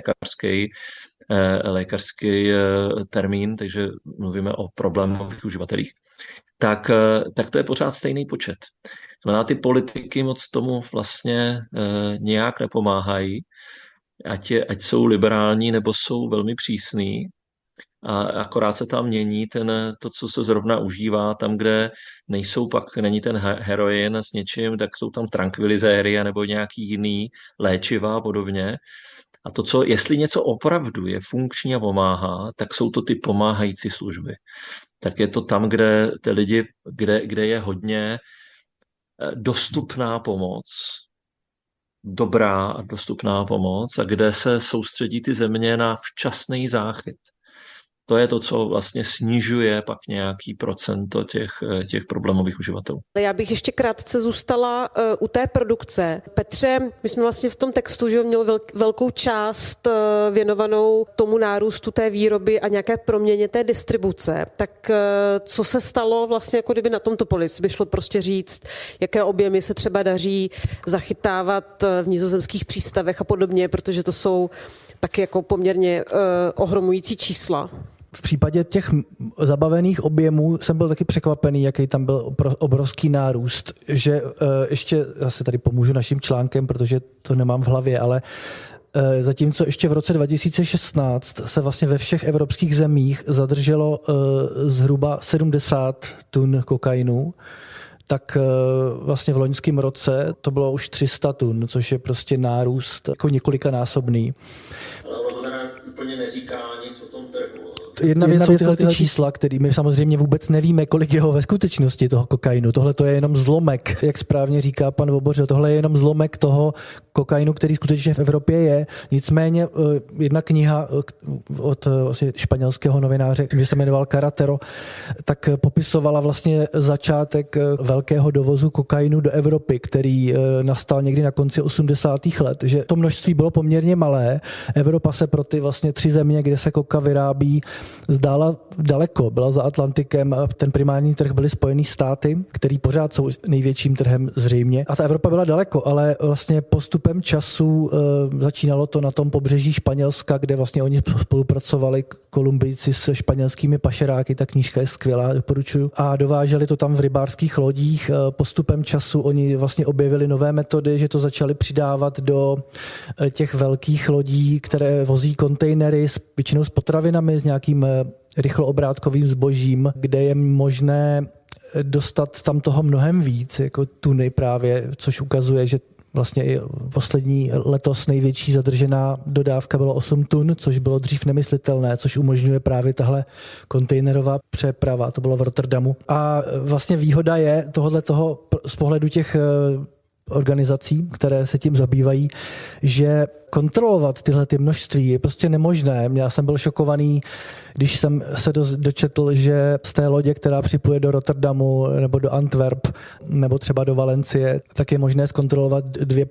D: lékařský termín, takže mluvíme o problémových uživatelích, tak to je pořád stejný počet. Znamená, ty politiky moc tomu vlastně nějak nepomáhají, ať jsou liberální nebo jsou velmi přísný, a akorát se tam mění to, co se zrovna užívá, tam, kde není ten heroin s něčím, tak jsou tam tranquilizéry nebo nějaký jiný léčiva a podobně. A to, jestli něco opravdu je funkční a pomáhá, tak jsou to ty pomáhající služby. Tak je to tam, kde ty lidi, kde je hodně dostupná pomoc, dobrá a dostupná pomoc a kde se soustředí ty země na včasný záchyt to je to, co vlastně snižuje pak nějaký procento těch problémových uživatelů.
C: Já bych ještě krátce zůstala u té produkce. Petře, my jsme vlastně v tom textu, že měl velkou část věnovanou tomu nárůstu té výroby a nějaké proměně té distribuce. Tak co se stalo vlastně, jako kdyby na tomto poli, by šlo prostě říct, jaké objemy se třeba daří zachytávat v nizozemských přístavech a podobně, protože to jsou taky jako poměrně ohromující čísla.
F: V případě těch zabavených objemů jsem byl taky překvapený, jaký tam byl obrovský nárůst, že ještě, já se tady pomůžu naším článkem, protože to nemám v hlavě, ale zatímco ještě v roce 2016 se vlastně ve všech evropských zemích zadrželo zhruba 70 tun kokainu, tak vlastně v loňském roce to bylo už 300 tun, což je prostě nárůst jako několikanásobný.
D: Ale ono to teda úplně neříká nic o tom trhu.
F: Jedna věc jsou tyhle čísla, které my samozřejmě vůbec nevíme, kolik je ho ve skutečnosti toho kokainu. Tohle to je jenom zlomek, jak správně říká pan Vobořil, tohle je jenom zlomek toho kokainu, který skutečně v Evropě je. Nicméně jedna kniha od španělského novináře, který se jmenoval Carretero, tak popisovala vlastně začátek velkého dovozu kokainu do Evropy, který nastal někdy na konci 80. let, že to množství bylo poměrně malé. Evropa se pro ty vlastně 3 země, kde se koka vyrábí, zdála daleko, byla za Atlantikem, ten primární trh byly Spojené státy, který pořád jsou největším trhem zřejmě. A ta Evropa byla daleko, ale vlastně postupem času začínalo to na tom pobřeží Španělska, kde vlastně oni spolupracovali Kolumbijci s španělskými pašeráky, ta knížka je skvělá, doporučuju. A dováželi to tam v rybářských lodích. Postupem času oni vlastně objevili nové metody, že to začali přidávat do těch velkých lodí, které vozí kontejnery většinou s potravinami, s nějakým rychloobrátkovým zbožím, kde je možné dostat tam toho mnohem víc, jako tuny právě, což ukazuje, že vlastně i poslední letos největší zadržená dodávka bylo 8 tun, což bylo dřív nemyslitelné, což umožňuje právě tahle kontejnerová přeprava, to bylo v Rotterdamu. A vlastně výhoda je tohoto z pohledu těch organizací, které se tím zabývají, že kontrolovat tyhle ty množství je prostě nemožné. Já jsem byl šokovaný, když jsem se dočetl, že z té lodě, která připluje do Rotterdamu nebo do Antwerp nebo třeba do Valencie, tak je možné zkontrolovat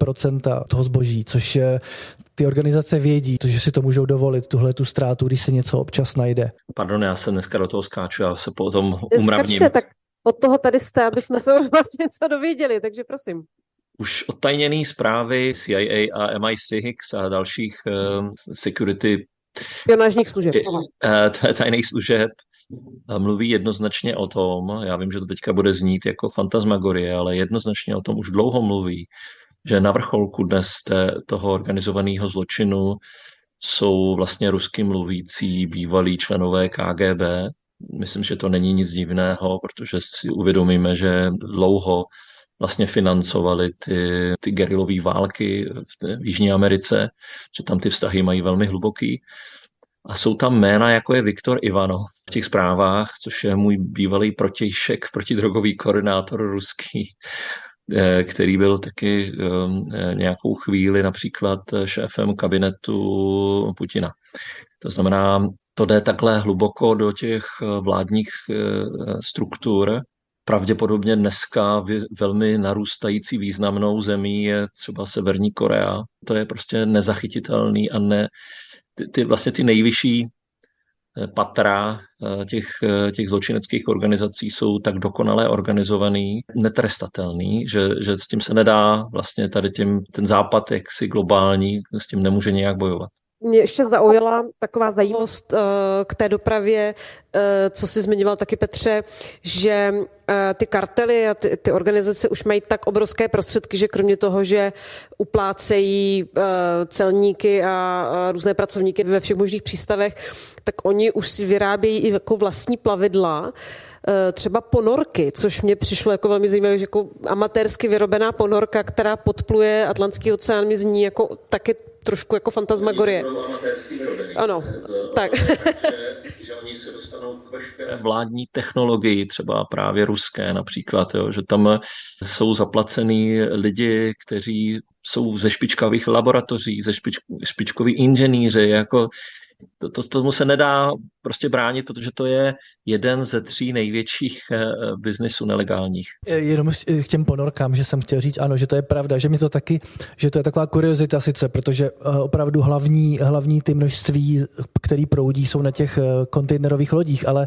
F: 2% toho zboží, což ty organizace vědí, že si to můžou dovolit, tuhle tu ztrátu, když se něco občas najde.
D: Pardon, já se dneska do toho skáču, já se potom umravním.
C: Skačte, tak od toho tady jste, aby jsme se už vlastně něco dověděli, takže prosím.
D: Už odtajněné zprávy CIA a MI6 a dalších security
C: špionážních služeb.
D: Tajných služeb mluví jednoznačně o tom, já vím, že to teďka bude znít jako fantasmagorie, ale jednoznačně o tom už dlouho mluví, že na vrcholku dnes toho organizovaného zločinu jsou vlastně rusky mluvící bývalí členové KGB. Myslím, že to není nic divného, protože si uvědomíme, že dlouho vlastně financovali ty gerilové války v Jižní Americe, že tam ty vztahy mají velmi hluboký. A jsou tam jména, jako je Viktor Ivanov v těch zprávách, což je můj bývalý protějšek, protidrogový koordinátor ruský, který byl taky nějakou chvíli například šéfem kabinetu Putina. To znamená, to jde takhle hluboko do těch vládních struktur. Pravděpodobně dneska velmi narůstající významnou zemí je třeba Severní Korea. To je prostě nezachytitelný a vlastně ty nejvyšší patra těch zločineckých organizací jsou tak dokonale organizovaný, netrestatelný, že s tím se nedá vlastně tady ten západ jaksi globální, s tím nemůže nějak bojovat.
C: Mě ještě zaujala taková zajímavost k té dopravě, co jsi zmiňoval taky, Petře, že ty kartely a ty organizace už mají tak obrovské prostředky, že kromě toho, že uplácejí celníky a různé pracovníky ve všech možných přístavech, tak oni už si vyrábějí i jako vlastní plavidla, třeba ponorky, což mě přišlo jako velmi zajímavé, že jako amatérsky vyrobená ponorka, která podpluje Atlantský oceán, mi zní jako taky trošku jako fantasmagorie. Ano, tak.
D: Že oni se dostanou k veškeré vládní technologii, třeba právě ruské například, jo, že tam jsou zaplacený lidi, kteří jsou ze špičkových laboratoří, ze špičkoví inženýři, jako Tomu se nedá prostě bránit, protože to je jeden ze 3 největších biznisů nelegálních.
F: Jenom k těm ponorkám, že jsem chtěl říct, ano, že to je pravda, že mi to taky, že to je taková kuriozita sice, protože opravdu hlavní ty množství, který proudí, jsou na těch kontejnerových lodích, ale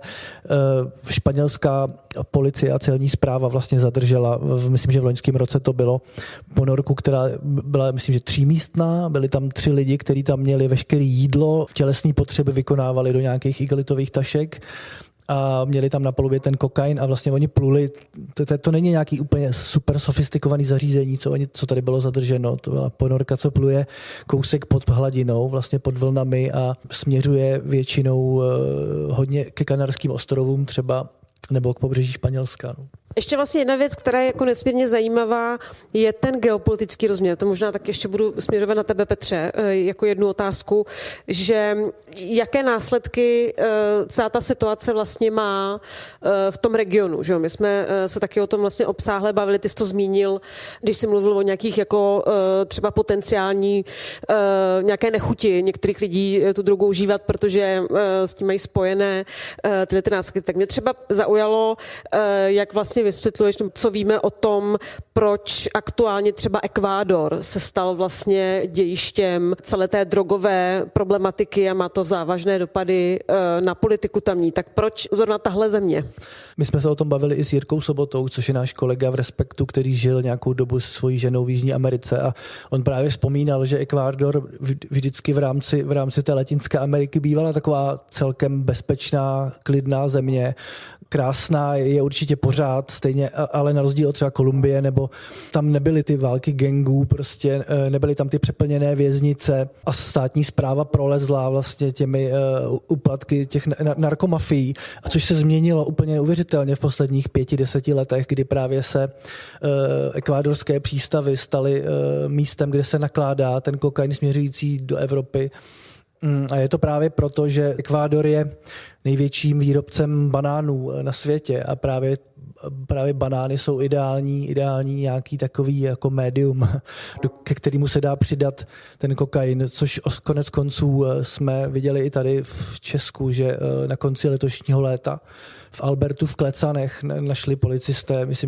F: španělská policie a celní správa vlastně zadržela, myslím, že v loňském roce to bylo, ponorku, která byla, myslím, že 3místná, byli tam 3 lidi, kteří tam měli veškeré jídlo, v tělesné potřeby vykonávali do nějakých igelitových tašek a měli tam na palubě ten kokain a vlastně oni pluli. To není nějaký úplně super sofistikovaný zařízení, co tady bylo zadrženo. To byla ponorka, co pluje kousek pod hladinou, vlastně pod vlnami a směřuje většinou hodně ke Kanárským ostrovům třeba nebo k pobřeží Španělska. No.
C: Ještě vlastně jedna věc, která je jako nesmírně zajímavá, je ten geopolitický rozměr. To možná tak ještě budu směřovat na tebe, Petře, jako jednu otázku, že jaké následky celá ta situace vlastně má v tom regionu. Že? My jsme se taky o tom vlastně obsáhle bavili, ty jsi to zmínil, když jsi mluvil o nějakých jako třeba potenciální nějaké nechuti některých lidí tu drogu užívat, protože s tím mají spojené tyhle ty následky. Tak mě třeba zaujalo, jak vlastně vysvětluješ, co víme o tom, proč aktuálně třeba Ekvádor se stal vlastně dějištěm celé té drogové problematiky a má to závažné dopady na politiku tamní. Tak proč zrovna tahle země?
F: My jsme se o tom bavili i s Jirkou Sobotou, což je náš kolega v Respektu, který žil nějakou dobu se svojí ženou v Jižní Americe a on právě vzpomínal, že Ekvádor vždycky v rámci té Latinské Ameriky bývala taková celkem bezpečná, klidná země, krásná, je určitě pořád stejně, ale na rozdíl od třeba Kolumbie, nebo tam nebyly ty války gangů, prostě nebyly tam ty přeplněné věznice a státní správa prolezla vlastně těmi úplatky těch narkomafií, což se změnilo úplně neuvěřitelně v posledních 5-10 letech, kdy právě se ekvádorské přístavy staly místem, kde se nakládá ten kokain směřující do Evropy. A je to právě proto, že Ekvádor je největším výrobcem banánů na světě a právě banány jsou ideální nějaký takový jako médium, ke kterému se dá přidat ten kokain, což konec konců jsme viděli i tady v Česku, že na konci letošního léta v Albertu v Klecanech našli policisté, myslím,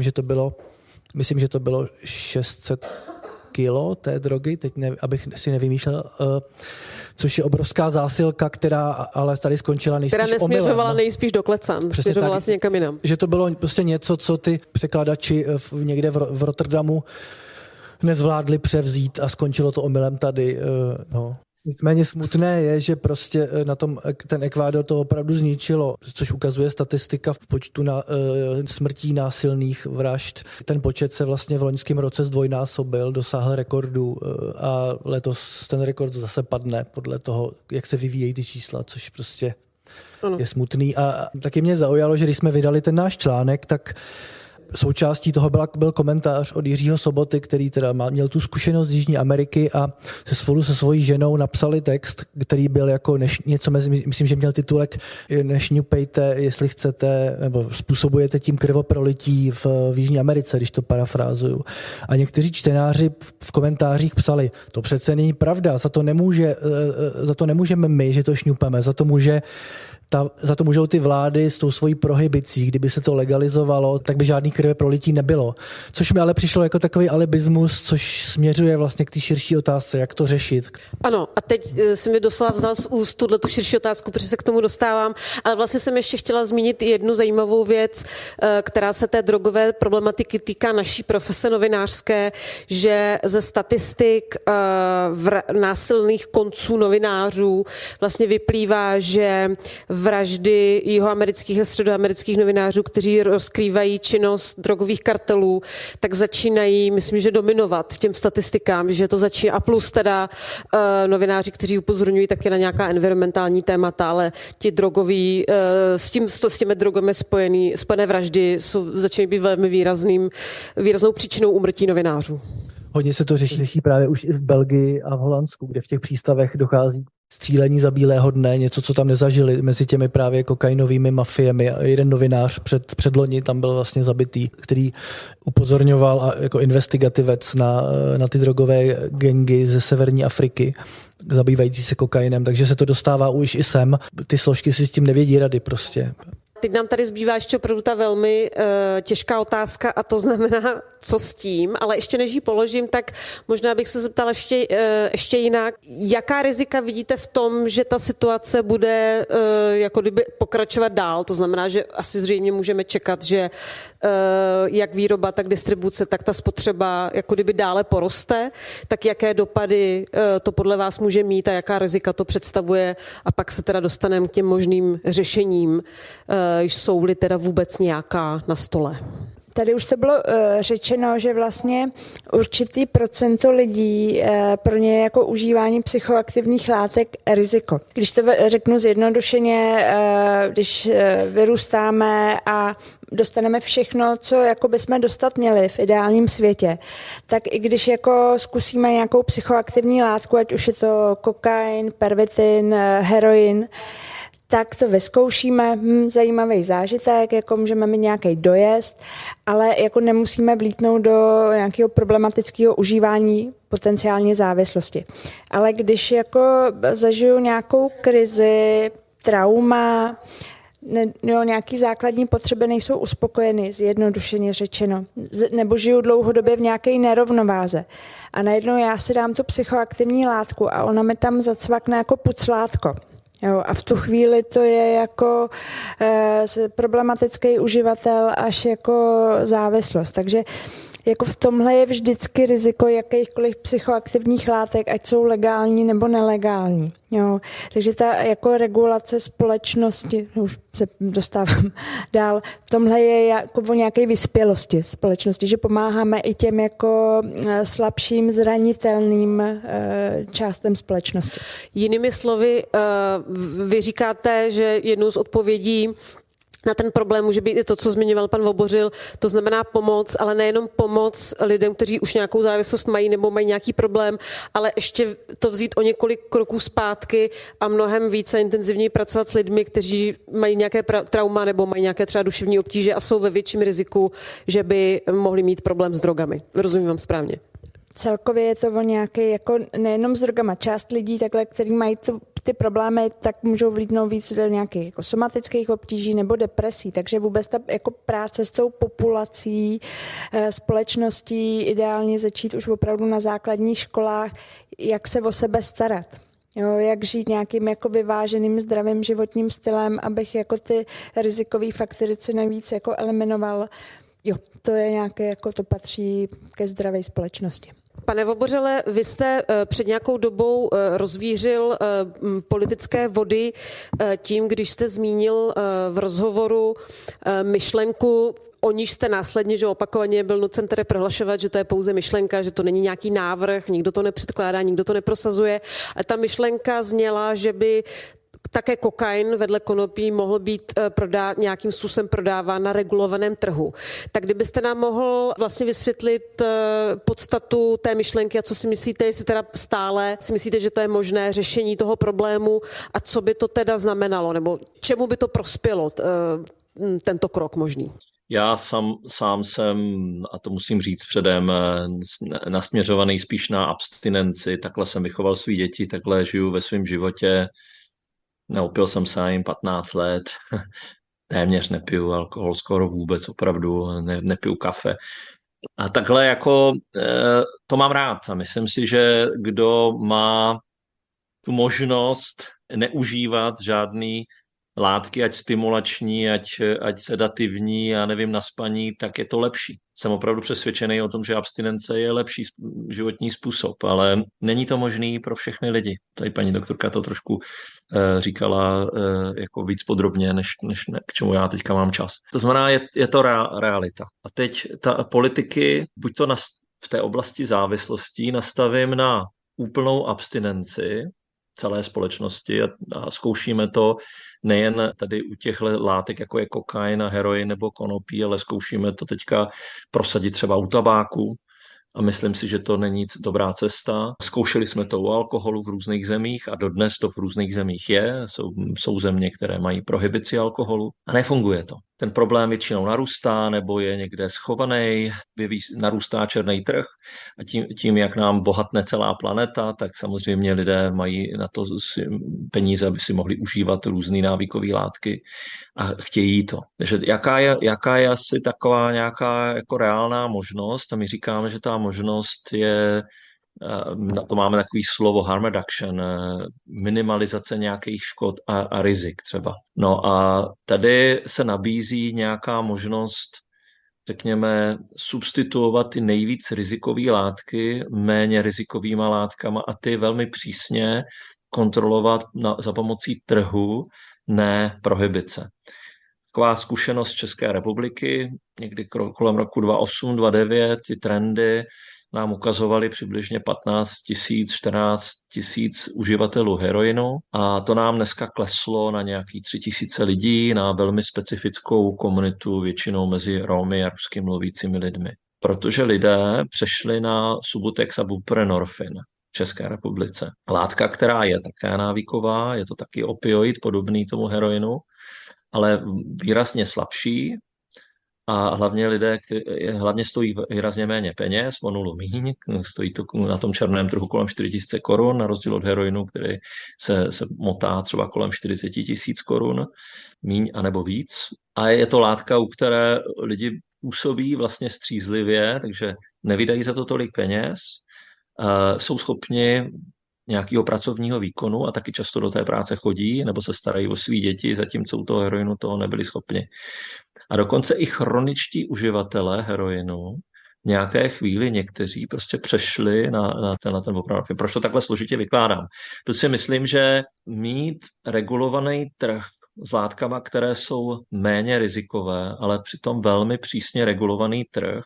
F: že to bylo 600 kilo té drogy, teď abych si nevymýšlel, což je obrovská zásilka, která ale tady skončila nejspíš omylem.
C: Která nesměřovala nejspíš do Klecan, směřovala vlastně někam jinam.
F: Že to bylo prostě něco, co ty překladači někde v Rotterdamu nezvládli převzít a skončilo to omylem tady. No. Nicméně smutné je, že prostě na tom ten Ekvádor to opravdu zničilo, což ukazuje statistika v počtu smrtí, násilných vražd. Ten počet se vlastně v loňském roce zdvojnásobil, dosáhl rekordu a letos ten rekord zase padne podle toho, jak se vyvíjejí ty čísla, což prostě je smutný. A taky mě zaujalo, že když jsme vydali ten náš článek, tak součástí toho byl komentář od Jiřího Soboty, který teda měl tu zkušenost z Jižní Ameriky a spolu se svojí ženou napsali text, který byl jako něco mezi, myslím, že měl titulek Nešňupejte, jestli chcete, nebo způsobujete tím krvoprolití v Jižní Americe, když to parafrázuju. A někteří čtenáři v komentářích psali, to přece není pravda, za to nemůžeme my, že to šňupeme, za to můžou ty vlády s tou svojí prohibicí, kdyby se to legalizovalo, tak by žádný krve prolití nebylo. Což mi ale přišlo jako takový alibismus, což směřuje vlastně k té širší otázce, jak to řešit.
C: Ano, a teď si mi doslova vzal z úst tuhle tu širší otázku, protože se k tomu dostávám, ale vlastně jsem ještě chtěla zmínit jednu zajímavou věc, která se té drogové problematiky týká naší profese novinářské, že ze statistik násilných konců novinářů vlastně vyplývá, že vraždy jihoamerických a středoamerických novinářů, kteří rozkrývají činnost drogových kartelů, tak začínají, myslím, že dominovat těm statistikám, že to začíná, a plus teda novináři, kteří upozorňují také na nějaká environmentální témata, ale ti drogoví, s těmi drogami spojené vraždy začínají být velmi výraznou příčinou úmrtí novinářů.
F: Hodně se to řeší právě už i v Belgii a v Holandsku, kde v těch přístavech dochází střílení za bílého dne, něco, co tam nezažili mezi těmi právě kokainovými mafiemi. Jeden novinář předloni tam byl vlastně zabitý, který upozorňoval a jako investigativec na ty drogové gangy ze severní Afriky, zabývající se kokainem, takže se to dostává už i sem. Ty složky si s tím nevědí rady prostě.
C: Teď nám tady zbývá ještě opravdu ta velmi těžká otázka a to znamená, co s tím, ale ještě než ji položím, tak možná bych se zeptala ještě jinak. Jaká rizika vidíte v tom, že ta situace bude jako kdyby pokračovat dál? To znamená, že asi zřejmě můžeme čekat, že jak výroba, tak distribuce, tak ta spotřeba jako kdyby dále poroste, tak jaké dopady to podle vás může mít a jaká rizika to představuje a pak se teda dostaneme k těm možným řešením, jsou-li teda vůbec nějaká na stole.
E: Tady už to bylo řečeno, že vlastně určitý procento lidí pro ně je jako užívání psychoaktivních látek riziko. Když to řeknu zjednodušeně, když vyrůstáme a dostaneme všechno, co jako bychom dostat měli v ideálním světě, tak i když jako zkusíme nějakou psychoaktivní látku, ať už je to kokain, pervitin, heroin, tak to vyzkoušíme, zajímavý zážitek, jako můžeme mít nějaký dojezd, ale jako nemusíme vlítnout do nějakého problematického užívání, potenciálně závislosti. Ale když jako zažiju nějakou krizi, trauma, nějaký základní potřeby nejsou uspokojeny, zjednodušeně řečeno, nebo žiju dlouhodobě v nějaké nerovnováze. A najednou já si dám tu psychoaktivní látku a ona mi tam zacvakne jako puclátko. Jo, a v tu chvíli to je jako problematický uživatel až jako závislost. Takže jako v tomhle je vždycky riziko jakýchkoliv psychoaktivních látek, ať jsou legální nebo nelegální. Jo. Takže ta jako regulace společnosti, už se dostávám dál, v tomhle je jako o nějaké vyspělosti společnosti, že pomáháme i těm jako slabším, zranitelným částem společnosti.
C: Jinými slovy, vy říkáte, že jednou z odpovědí na ten problém může být i to, co zmiňoval pan Vobořil, to znamená pomoc, ale nejenom pomoc lidem, kteří už nějakou závislost mají nebo mají nějaký problém, ale ještě to vzít o několik kroků zpátky a mnohem více intenzivněji pracovat s lidmi, kteří mají nějaké trauma nebo mají nějaké třeba duševní obtíže a jsou ve větším riziku, že by mohli mít problém s drogami. Rozumím vám správně?
E: Celkově je to o nějaký, jako nejenom s drogama, část lidí, takhle, kteří mají ty problémy, tak můžou vlídnout víc do nějakých jako somatických obtíží nebo depresí. Takže vůbec ta jako práce s tou populací, společností, ideálně začít už opravdu na základních školách, jak se o sebe starat. Jo, jak žít nějakým jako vyváženým zdravým životním stylem, abych jako ty rizikový faktory co nejvíc jako eliminoval. Jo, to je nějaké, jako to patří ke zdravé společnosti.
C: Pane Vobořile, vy jste před nějakou dobou rozvířil politické vody tím, když jste zmínil v rozhovoru myšlenku, o níž jste následně, že opakovaně byl nucen tedy prohlašovat, že to je pouze myšlenka, že to není nějaký návrh, nikdo to nepředkládá, nikdo to neprosazuje. A ta myšlenka zněla, že by také kokain vedle konopí mohl být nějakým způsobem prodáván na regulovaném trhu. Tak kdybyste nám mohl vlastně vysvětlit podstatu té myšlenky a co si myslíte, jestli teda stále si myslíte, že to je možné řešení toho problému a co by to teda znamenalo, nebo čemu by to prospělo tento krok možný?
D: Já sám jsem, a to musím říct předem, nasměřovaný spíš na abstinenci, takhle jsem vychoval svý děti, takhle žiju ve svém životě. Neopil jsem se jim 15 let, téměř nepiju alkohol, skoro vůbec, opravdu, nepiju kafe. A takhle jako to mám rád a myslím si, že kdo má tu možnost neužívat žádný látky, ať stimulační, ať sedativní, já nevím, na spaní, tak je to lepší. Jsem opravdu přesvědčený o tom, že abstinence je lepší životní způsob, ale není to možný pro všechny lidi. Tady paní doktorka to trošku říkala jako víc podrobně, než k čemu já teďka mám čas. To znamená, je to realita. A teď ta politiky, buď to v té oblasti závislostí nastavím na úplnou abstinenci celé společnosti a zkoušíme to nejen tady u těch látek, jako je kokain a heroin nebo konopí, ale zkoušíme to teďka prosadit třeba u tabáku a myslím si, že to není dobrá cesta. Zkoušeli jsme to u alkoholu v různých zemích a dodnes to v různých zemích je. Jsou země, které mají prohibici alkoholu a nefunguje to. Ten problém většinou narůstá nebo je někde schovaný, narůstá černý trh a tím, jak nám bohatne celá planeta, tak samozřejmě lidé mají na to peníze, aby si mohli užívat různé návykové látky a chtějí to. Takže jaká je asi taková nějaká jako reálná možnost? A my říkáme, že ta možnost je, na to máme takový slovo harm reduction, minimalizace nějakých škod a rizik třeba. No a tady se nabízí nějaká možnost, řekněme, substituovat ty nejvíc rizikové látky méně rizikovýma látkama a ty velmi přísně kontrolovat za pomocí trhu, ne prohibice. Taková zkušenost České republiky, někdy kolem roku 2008-2009, ty trendy nám ukazovaly přibližně 15 000, 14 000 uživatelů heroinu a to nám dneska kleslo na nějaký 3 000 lidí, na velmi specifickou komunitu, většinou mezi Romy a rusky mluvícími lidmi. Protože lidé přešli na Subutex a buprenorfin v České republice. Látka, která je také návyková, je to taky opioid, podobný tomu heroinu, ale výrazně slabší a hlavně hlavně stojí výrazně méně peněz, o nulu míň, stojí to na tom černém trhu kolem 4 000 korun, na rozdíl od heroinu, který se motá třeba kolem 40 000 korun, míň anebo víc. A je to látka, u které lidi působí vlastně střízlivě, takže nevydají za to tolik peněz, jsou schopni nějakého pracovního výkonu a taky často do té práce chodí nebo se starají o svý děti, zatímco u toho heroinu toho nebyli schopni. A dokonce i chroničtí uživatelé heroinu v nějaké chvíli někteří prostě přešli na ten buprenorfin. Proč to takhle složitě vykládám? Protože si myslím, že mít regulovaný trh s látkama, které jsou méně rizikové, ale přitom velmi přísně regulovaný trh,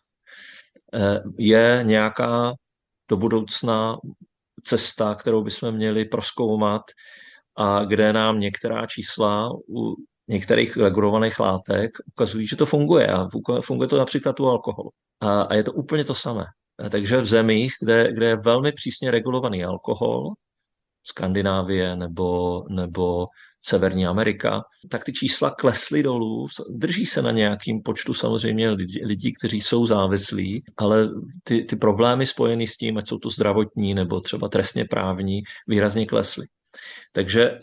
D: je nějaká do budoucna cesta, kterou bychom měli prozkoumat a kde nám některá čísla u některých regulovaných látek ukazují, že to funguje a funguje to například u alkoholu. A je to úplně to samé. Takže v zemích, kde je velmi přísně regulovaný alkohol, Skandinávie nebo Severní Amerika, tak ty čísla klesly dolů, drží se na nějakým počtu samozřejmě lidí, kteří jsou závislí, ale ty problémy spojené s tím, ať jsou to zdravotní nebo třeba trestně právní, výrazně klesly. Takže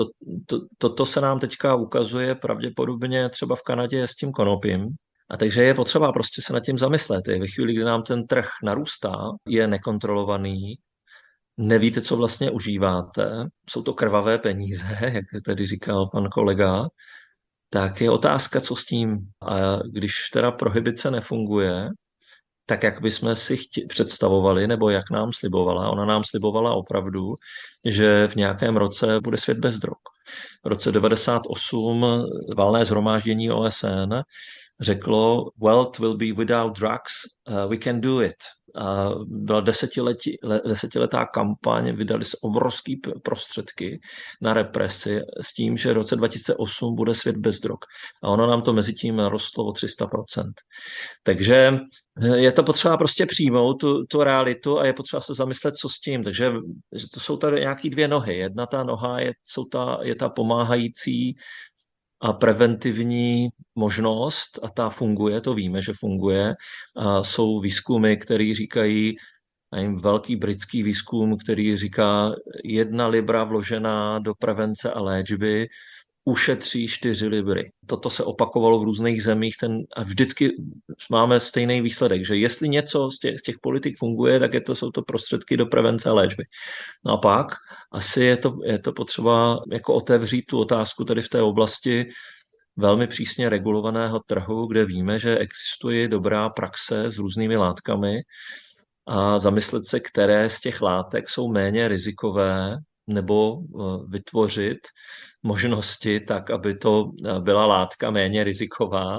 D: to se nám teďka ukazuje pravděpodobně třeba v Kanadě s tím konopím. A takže je potřeba prostě se nad tím zamyslet. Ve chvíli, kdy nám ten trh narůstá, je nekontrolovaný, nevíte, co vlastně užíváte, jsou to krvavé peníze, jak tady říkal pan kolega, tak je otázka, co s tím. A když teda prohibice nefunguje, tak jak bychom si představovali, nebo jak nám slibovala. Ona nám slibovala opravdu, že v nějakém roce bude svět bez drog. V roce 1998 valné shromáždění OSN řeklo, world will be without drugs, we can do it. A byla desetiletá kampaň, vydali se obrovský prostředky na represi s tím, že v roce 2008 bude svět bez drog. A ono nám to mezi tím narostlo o 300%. Takže je to potřeba prostě přijmout tu realitu a je potřeba se zamyslet, co s tím. Takže to jsou tady nějaký dvě nohy. Jedna ta noha je ta pomáhající a preventivní možnost a ta funguje, to víme, že funguje. A jsou výzkumy, které říkají, velký britský výzkum, který říká, 1 libra vložená do prevence a léčby ušetří 4 libry. Toto se opakovalo v různých zemích a vždycky máme stejný výsledek, že jestli něco z těch politik funguje, tak jsou to prostředky do prevence a léčby. No a pak asi je to potřeba jako otevřít tu otázku tady v té oblasti velmi přísně regulovaného trhu, kde víme, že existuje dobrá praxe s různými látkami a zamyslet se, které z těch látek jsou méně rizikové, nebo vytvořit možnosti tak, aby to byla látka méně riziková,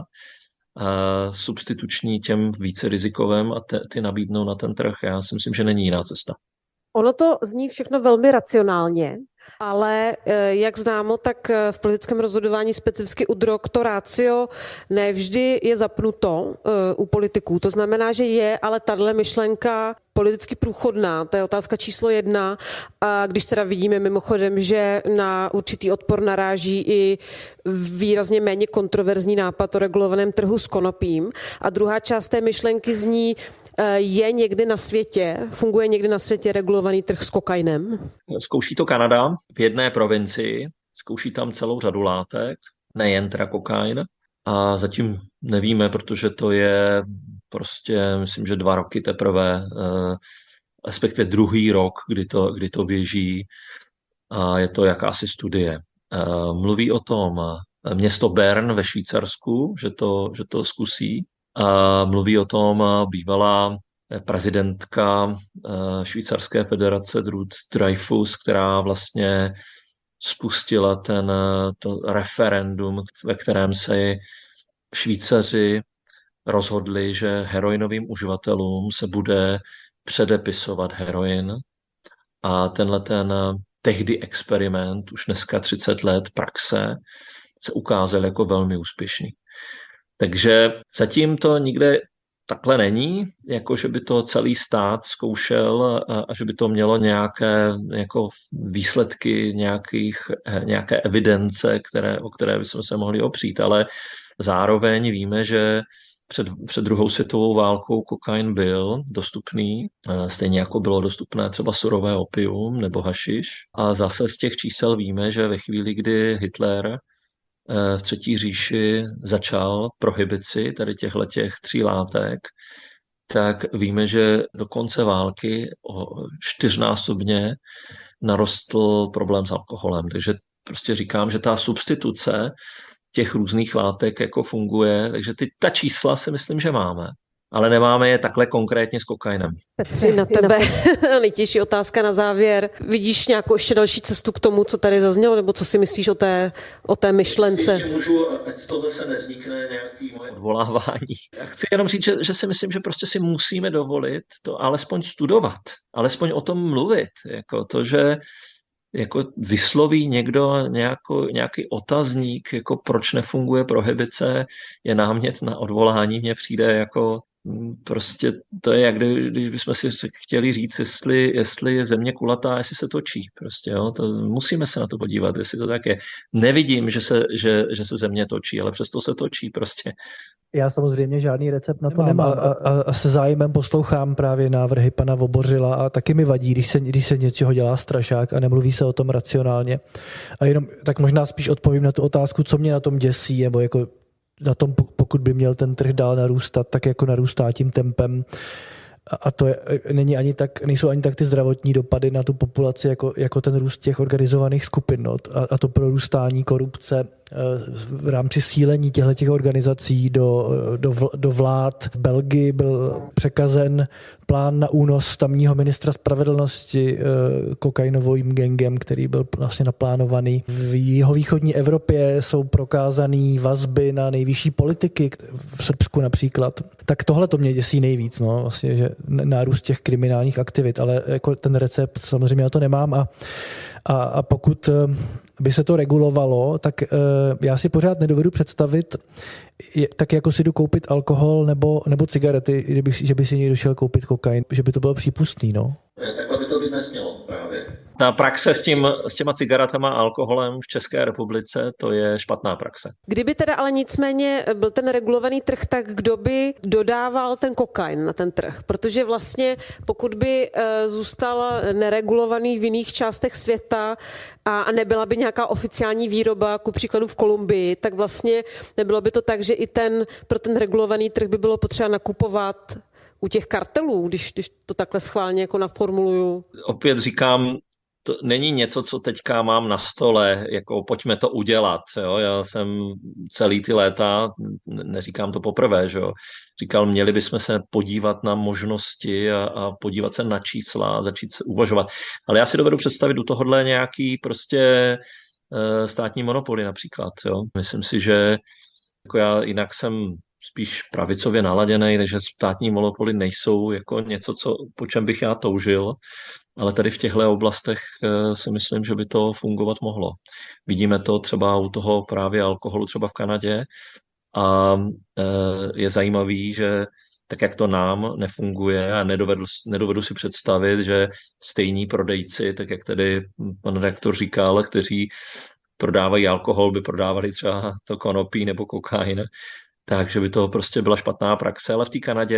D: substituční těm více rizikovým a ty nabídnou na ten trh. Já si myslím, že není jiná cesta.
C: Ono to zní všechno velmi racionálně, Ale jak známo, tak v politickém rozhodování specificky u drog to ratio nevždy je zapnuto u politiků. To znamená, že je ale tahle myšlenka politicky průchodná, to je otázka číslo 1. A když teda vidíme mimochodem, že na určitý odpor naráží i výrazně méně kontroverzní nápad o regulovaném trhu s konopím. A druhá část té myšlenky zní, funguje někde na světě regulovaný trh s kokainem?
D: Zkouší to Kanada v jedné provincii, zkouší tam celou řadu látek, nejen teda kokain. A zatím nevíme, protože to je prostě, myslím, že 2 roky teprve, respektive druhý rok, kdy to běží, a je to jakási studie. Mluví o tom město Bern ve Švýcarsku, že to zkusí. Mluví o tom bývalá prezidentka Švýcarské federace Ruth Dreifuss, která vlastně spustila to referendum, ve kterém se Švýcaři rozhodli, že heroinovým uživatelům se bude předepisovat heroin. A tenhle tehdy experiment, už dneska 30 let praxe, se ukázal jako velmi úspěšný. Takže zatím to nikde takhle není, jako že by to celý stát zkoušel a že by to mělo nějaké jako výsledky nějaké evidence, o které bychom se mohli opřít, ale zároveň víme, že před druhou světovou válkou kokain byl dostupný, stejně jako bylo dostupné třeba surové opium nebo hašiš. A zase z těch čísel víme, že ve chvíli, kdy Hitler v Třetí říši začal prohibici tady těch 3 látek, tak víme, že do konce války 4násobně narostl problém s alkoholem. Takže prostě říkám, že ta substituce těch různých látek jako funguje, takže ta čísla si myslím, že máme. Ale nemáme je takhle konkrétně s kokainem.
C: Petře, na tebe nejtěžší otázka na závěr. Vidíš nějakou ještě další cestu k tomu, co tady zaznělo, nebo co si myslíš o té myšlence?
D: Ještě můžu, ať z toho se nevznikne nějaký moje odvolávání. Já chci jenom říct, že si myslím, že prostě si musíme dovolit to alespoň studovat, alespoň o tom mluvit. Jako to, že jako vysloví někdo nějaký otazník, jako proč nefunguje prohibice, je námět na odvolání, mně přijde jako prostě to je, jak když bychom si chtěli říct, jestli je země kulatá, jestli se točí. Prostě, jo? To musíme se na to podívat, jestli to tak je. Nevidím, že se země točí, ale přesto se točí prostě.
F: Já samozřejmě žádný recept na to nemám a se zájmem poslouchám právě návrhy pana Vobořila a taky mi vadí, když se něčeho dělá strašák a nemluví se o tom racionálně. A jenom tak možná spíš odpovím na tu otázku, co mě na tom děsí, nebo jako na tom, pokud by měl ten trh dál narůstat, tak jako narůstá tím tempem. A to nejsou ani tak ty zdravotní dopady na tu populaci, jako ten růst těch organizovaných skupin. No. A to prorůstání korupce v rámci sílení těchto organizací do vlád. V Belgii byl překazen plán na únos tamního ministra spravedlnosti kokainovým gangem, který byl vlastně naplánovaný. V jihovýchodní Evropě jsou prokázané vazby na nejvyšší politiky, v Srbsku například. Tak tohle to mě děsí nejvíc, no, vlastně, že nárůst těch kriminálních aktivit, ale jako ten recept samozřejmě na to nemám a pokud by se to regulovalo, tak já si pořád nedovedu představit, tak jako si jdu koupit alkohol nebo cigarety, že by si někdo šel koupit kokain, že by to bylo přípustný, no.
D: Takhle by to být nesmělo právě. Ta praxe s těma cigaretama a alkoholem v České republice, to je špatná praxe.
C: Kdyby teda ale nicméně byl ten regulovaný trh, tak kdo by dodával ten kokain na ten trh? Protože vlastně pokud by zůstal neregulovaný v jiných částech světa a nebyla by nějaká oficiální výroba, ku příkladu v Kolumbii, tak vlastně nebylo by to tak, že i pro ten regulovaný trh by bylo potřeba nakupovat u těch kartelů, když to takhle schválně jako naformuluju.
D: Opět říkám, to není něco, co teďka mám na stole, jako pojďme to udělat. Jo? Já jsem celý ty léta, neříkám to poprvé, že jo? Říkal, měli bychom se podívat na možnosti a podívat se na čísla a začít se uvažovat. Ale já si dovedu představit u tohohle nějaký prostě státní monopoly například. Jo? Myslím si, že jako já jinak jsem spíš pravicově naladěnej, takže státní monopoly nejsou jako něco, po čem bych já toužil. ale tady v těchto oblastech si myslím, že by to fungovat mohlo. Vidíme to třeba u toho právě alkoholu třeba v Kanadě a je zajímavý, že tak jak to nám nefunguje a nedovedu si představit, že stejní prodejci, tak jak tedy pan redaktor říkal, kteří prodávají alkohol, by prodávali třeba to konopí nebo kokain, takže by to prostě byla špatná praxe, ale v té Kanadě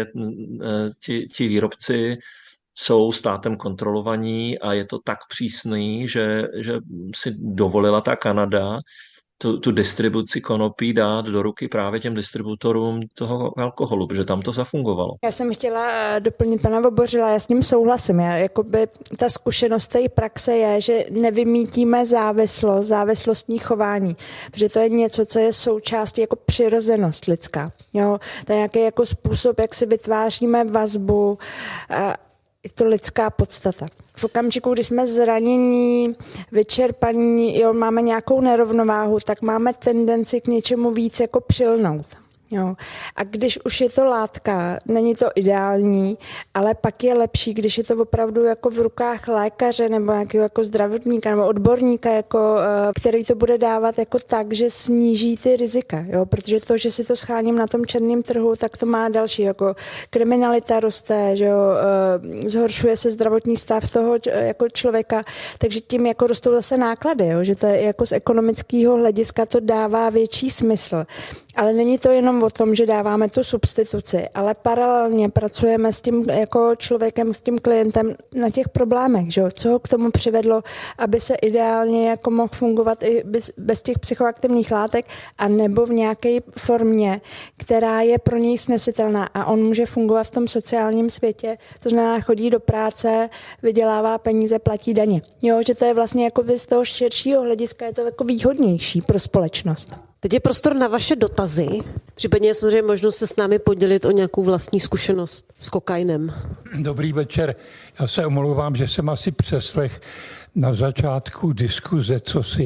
D: ti výrobci jsou státem kontrolovaní a je to tak přísný, že si dovolila ta Kanada tu distribuci konopí dát do ruky právě těm distributorům toho alkoholu, protože tam to zafungovalo.
E: Já jsem chtěla doplnit pana Vobořila, já s ním souhlasím. Ta zkušenost té praxe je, že nevymítíme závislostní chování, protože to je něco, co je součástí jako přirozenost lidská. Jo? To je nějaký jako způsob, jak si vytváříme vazbu, je to lidská podstata. V okamžiku, kdy jsme zranění, vyčerpaní, máme nějakou nerovnováhu, tak máme tendenci k něčemu víc jako přilnout. Jo. A když už je to látka, není to ideální, ale pak je lepší, když je to opravdu jako v rukách lékaře nebo nějakého jako zdravotníka nebo odborníka, který to bude dávat jako tak, že sníží ty rizika. Jo. Protože to, že si to scháním na tom černém trhu, tak to má další. Jako kriminalita roste, že jo, zhoršuje se zdravotní stav toho jako člověka, takže tím jako rostou zase náklady. Jo, že to je jako z ekonomického hlediska to dává větší smysl. Ale není to jenom o tom, že dáváme tu substituci, ale paralelně pracujeme s tím jako člověkem, s tím klientem na těch problémech, že? Co ho k tomu přivedlo, aby se ideálně jako mohl fungovat i bez těch psychoaktivních látek a nebo v nějaké formě, která je pro něj snesitelná a on může fungovat v tom sociálním světě, to znamená chodí do práce, vydělává peníze, platí daně. Jo, že to je vlastně jako z toho širšího hlediska je to jako výhodnější pro společnost.
C: Teď je prostor na vaše dotazy. Případně je samozřejmě možnost se s námi podělit o nějakou vlastní zkušenost s kokainem.
G: Dobrý večer. Já se omlouvám, že jsem asi přeslech na začátku diskuze,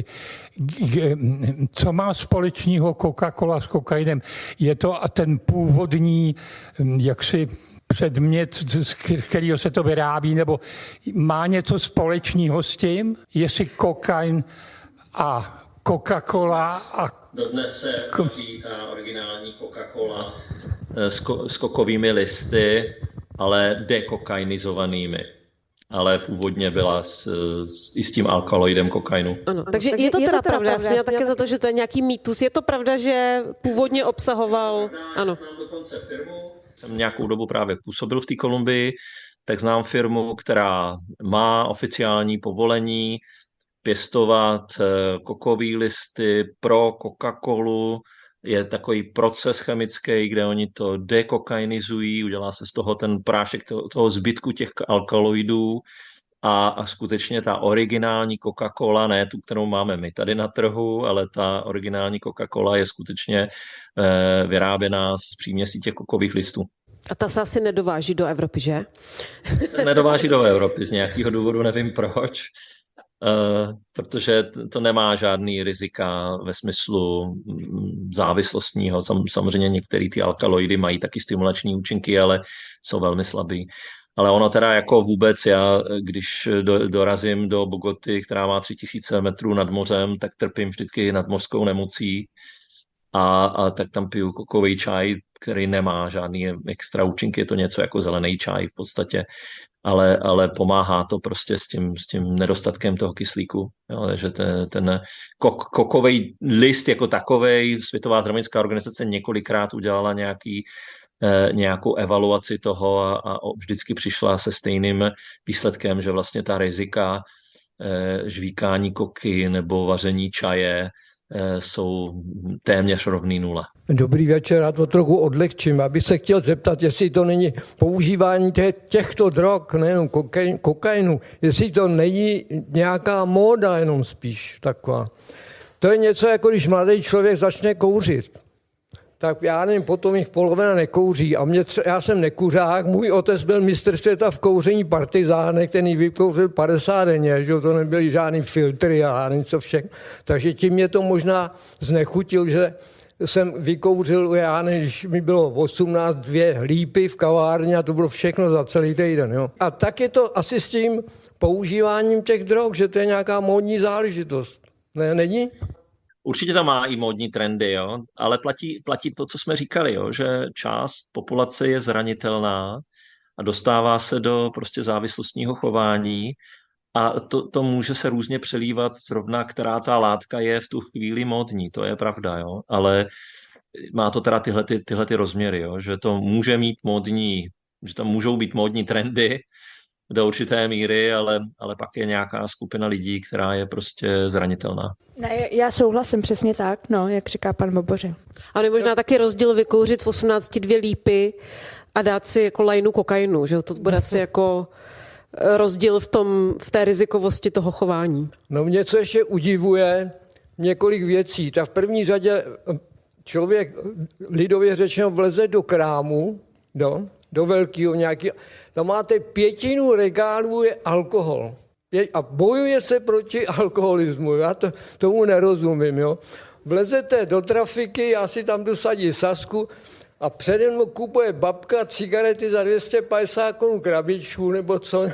G: co má společného Coca-Cola s kokainem. Je to ten původní jaksi předmět, z kterého se to vyrábí, nebo má něco společného s tím? Jestli kokain a Coca-Cola a
D: dodnes se vaří ta originální Coca-Cola s kokovými listy, ale dekokainizovanými. Ale původně byla i s tím alkaloidem kokainu.
C: Ano, takže je to teda pravda. Já jsem měla také za to, že to je nějaký mýtus. Je to pravda, že původně obsahoval... Ano.
D: Znám dokonce firmu, jsem nějakou dobu právě působil v té Kolumbii, tak znám firmu, která má oficiální povolení pěstovat kokové listy pro Coca-Colu. Je takový proces chemický, kde oni to dekokainizují, udělá se z toho ten prášek toho zbytku těch alkaloidů a skutečně ta originální Coca-Cola, ne tu, kterou máme my tady na trhu, ale ta originální Coca-Cola je skutečně vyráběná z příměsí těch kokových listů.
C: A ta se asi nedováží do Evropy, že?
D: Nedováží do Evropy, z nějakého důvodu nevím proč. Protože to nemá žádný rizika ve smyslu závislostního. Samozřejmě některé ty alkaloidy mají taky stimulační účinky, ale jsou velmi slabý. Ale ono teda jako vůbec, já když dorazím do Bogoty, která má 3000 metrů nad mořem, tak trpím vždycky nadmořskou nemocí a tak tam piju kokový čaj, který nemá žádný extra účinky, je to něco jako zelený čaj v podstatě. Ale pomáhá to prostě s tím nedostatkem toho kyslíku. Jo, že ten kokový list jako takovej, Světová zdravotnická organizace několikrát udělala nějakou evaluaci toho a vždycky přišla se stejným výsledkem, že vlastně ta rizika žvíkání koky nebo vaření čaje jsou téměř rovný nula.
H: Dobrý večer, já to trochu odlehčím. Abych se chtěl zeptat, jestli to není používání těchto drog, nejenom kokainu, jestli to není nějaká móda jenom spíš taková. To je něco, jako když mladý člověk začne kouřit. Tak já nevím, potom jich polovina nekouří. A já jsem nekuřák, můj otec byl mistr světa v kouření partizánek, ten vykouřil 50 denně, že to nebyly žádný filtry a něco všechno. Takže tím mě to možná znechutil, že jsem vykouřil, když mi bylo 18, 2 lípy v kavárně a to bylo všechno za celý týden. Jo. A tak je to asi s tím používáním těch drog, že to je nějaká módní záležitost. Ne, není?
D: Určitě tam má i módní trendy, jo? Ale platí to, co jsme říkali, jo? Že část populace je zranitelná a dostává se do prostě závislostního chování a to může se různě přelívat zrovna, která ta látka je v tu chvíli módní, to je pravda, jo? Ale má to teda tyhle rozměry, jo? Že to může mít módní, že tam můžou být módní trendy do určité míry, ale pak je nějaká skupina lidí, která je prostě zranitelná.
E: Ne, já souhlasím přesně tak, jak říká pan Boboře.
C: A je možná taky rozdíl vykouřit v 18 2 lípy a dát si jako lajnu kokainu, že to bude asi jako rozdíl v té rizikovosti toho chování.
H: No mě co ještě udivuje, několik věcí. Tak v první řadě člověk lidově řečeno vleze do krámu, do velkého nějakého, tam máte 1/5 regálu je alkohol. A bojuje se proti alkoholismu, já tomu nerozumím. Jo. Vlezete do trafiky, já si tam dosadí Sasku a přede mnou kupuje babka cigarety za 250 korun krabičku nebo co.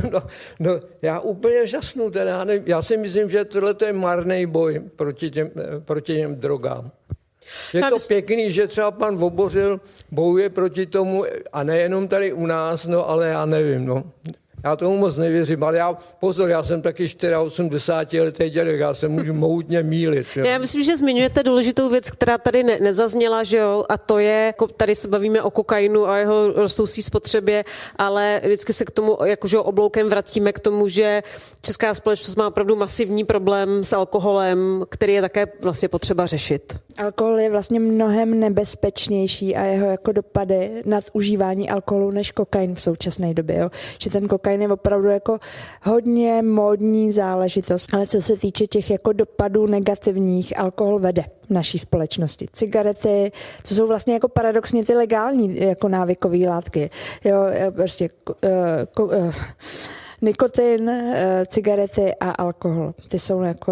H: Já úplně žasnu, já si myslím, že tohle je marný boj proti těm drogám. Je to pěkný, že třeba pan Vobořil bojuje proti tomu a nejenom tady u nás, ale já nevím, Já tomu moc nevěřím, ale já jsem taky 84letý dědek, já se můžu mohutně mýlit. Jo.
C: Já myslím, že zmiňujete důležitou věc, která tady nezazněla, že jo, a to je, tady se bavíme o kokainu a jeho rostoucí spotřebě, ale vždycky se k tomu jakože obloukem vracíme k tomu, že česká společnost má opravdu masivní problém s alkoholem, který je také vlastně potřeba řešit.
E: Alkohol je vlastně mnohem nebezpečnější a jeho jako dopady nad užívání alkoholu než kokain v současné době, jo. Že ten kokain je opravdu jako hodně módní záležitost, ale co se týče těch jako dopadů negativních, alkohol vede v naší společnosti. Cigarety, co jsou vlastně jako paradoxně ty legální jako návykové látky, jo, prostě nikotin, cigarety a alkohol. Ty jsou jako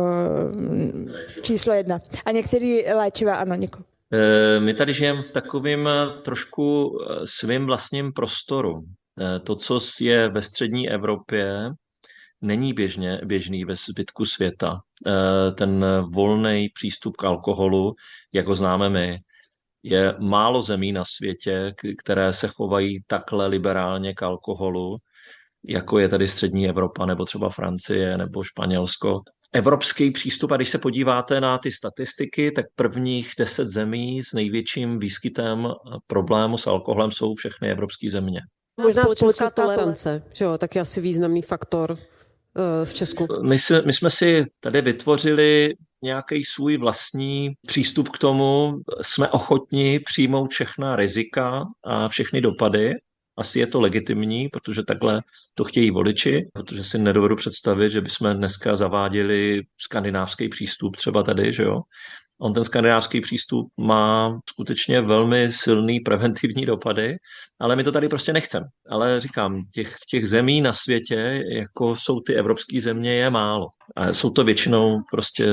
E: číslo 1. A některé léčiva, ano, Niko.
D: My tady žijeme v takovém trošku svým vlastním prostoru. To, co je ve střední Evropě, není běžný ve zbytku světa. Ten volný přístup k alkoholu, jak ho známe my, je málo zemí na světě, které se chovají takhle liberálně k alkoholu, jako je tady střední Evropa, nebo třeba Francie, nebo Španělsko. Evropský přístup, a když se podíváte na ty statistiky, tak prvních 10 zemí s největším výskytem problému s alkoholem jsou všechny evropské země.
C: Možná společenská tolerance, že jo, tak je asi významný faktor v Česku.
D: My jsme si tady vytvořili nějaký svůj vlastní přístup k tomu. Jsme ochotni přijmout všechna rizika a všechny dopady. Asi je to legitimní, protože takhle to chtějí voliči, protože si nedovedu představit, že bychom dneska zaváděli skandinávský přístup třeba tady, že jo. On ten skandinávský přístup má skutečně velmi silný preventivní dopady, ale my to tady prostě nechceme. Ale říkám, těch zemí na světě, jako jsou ty evropské země, je málo. A jsou to většinou prostě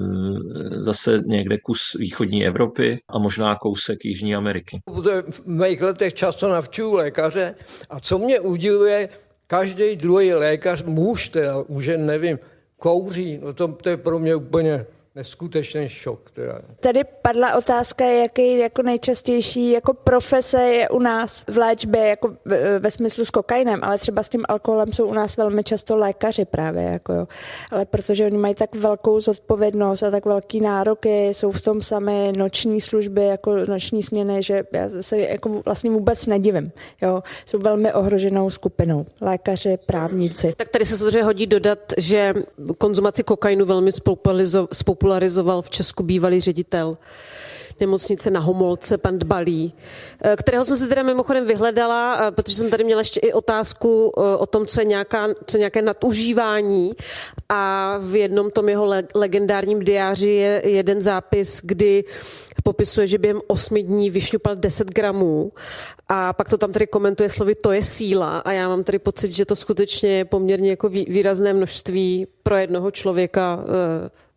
D: zase někde kus východní Evropy a možná kousek Jižní Ameriky.
H: V mých letech často navštěvuji lékaře a co mě udivuje, každý druhý lékař, muž teda, už nevím, kouří, to je pro mě úplně neskutečný šok.
E: Tady padla otázka, jaký jako nejčastější jako profese je u nás v léčbě, jako ve smyslu s kokainem, ale třeba s tím alkoholem jsou u nás velmi často lékaři právě, jako jo. Ale protože oni mají tak velkou zodpovědnost a tak velký nároky, jsou v tom sami noční služby, jako noční směny, že já se jako vlastně vůbec nedivím. Jo. Jsou velmi ohroženou skupinou. Lékaři, právníci.
C: Tak tady se samozřejmě hodí dodat, že konzumaci kokainu velmi spopularizoval v Česku bývalý ředitel nemocnice na Homolce, pan Dbalý, kterého jsem si teda mimochodem vyhledala, protože jsem tady měla ještě i otázku o tom, co je nějaké nadužívání, a v jednom tom jeho legendárním diáři je jeden zápis, kdy popisuje, že během 8 dní vyšňupal 10 gramů a pak to tam tady komentuje slovy to je síla, a já mám tady pocit, že to skutečně je poměrně jako výrazné množství pro jednoho člověka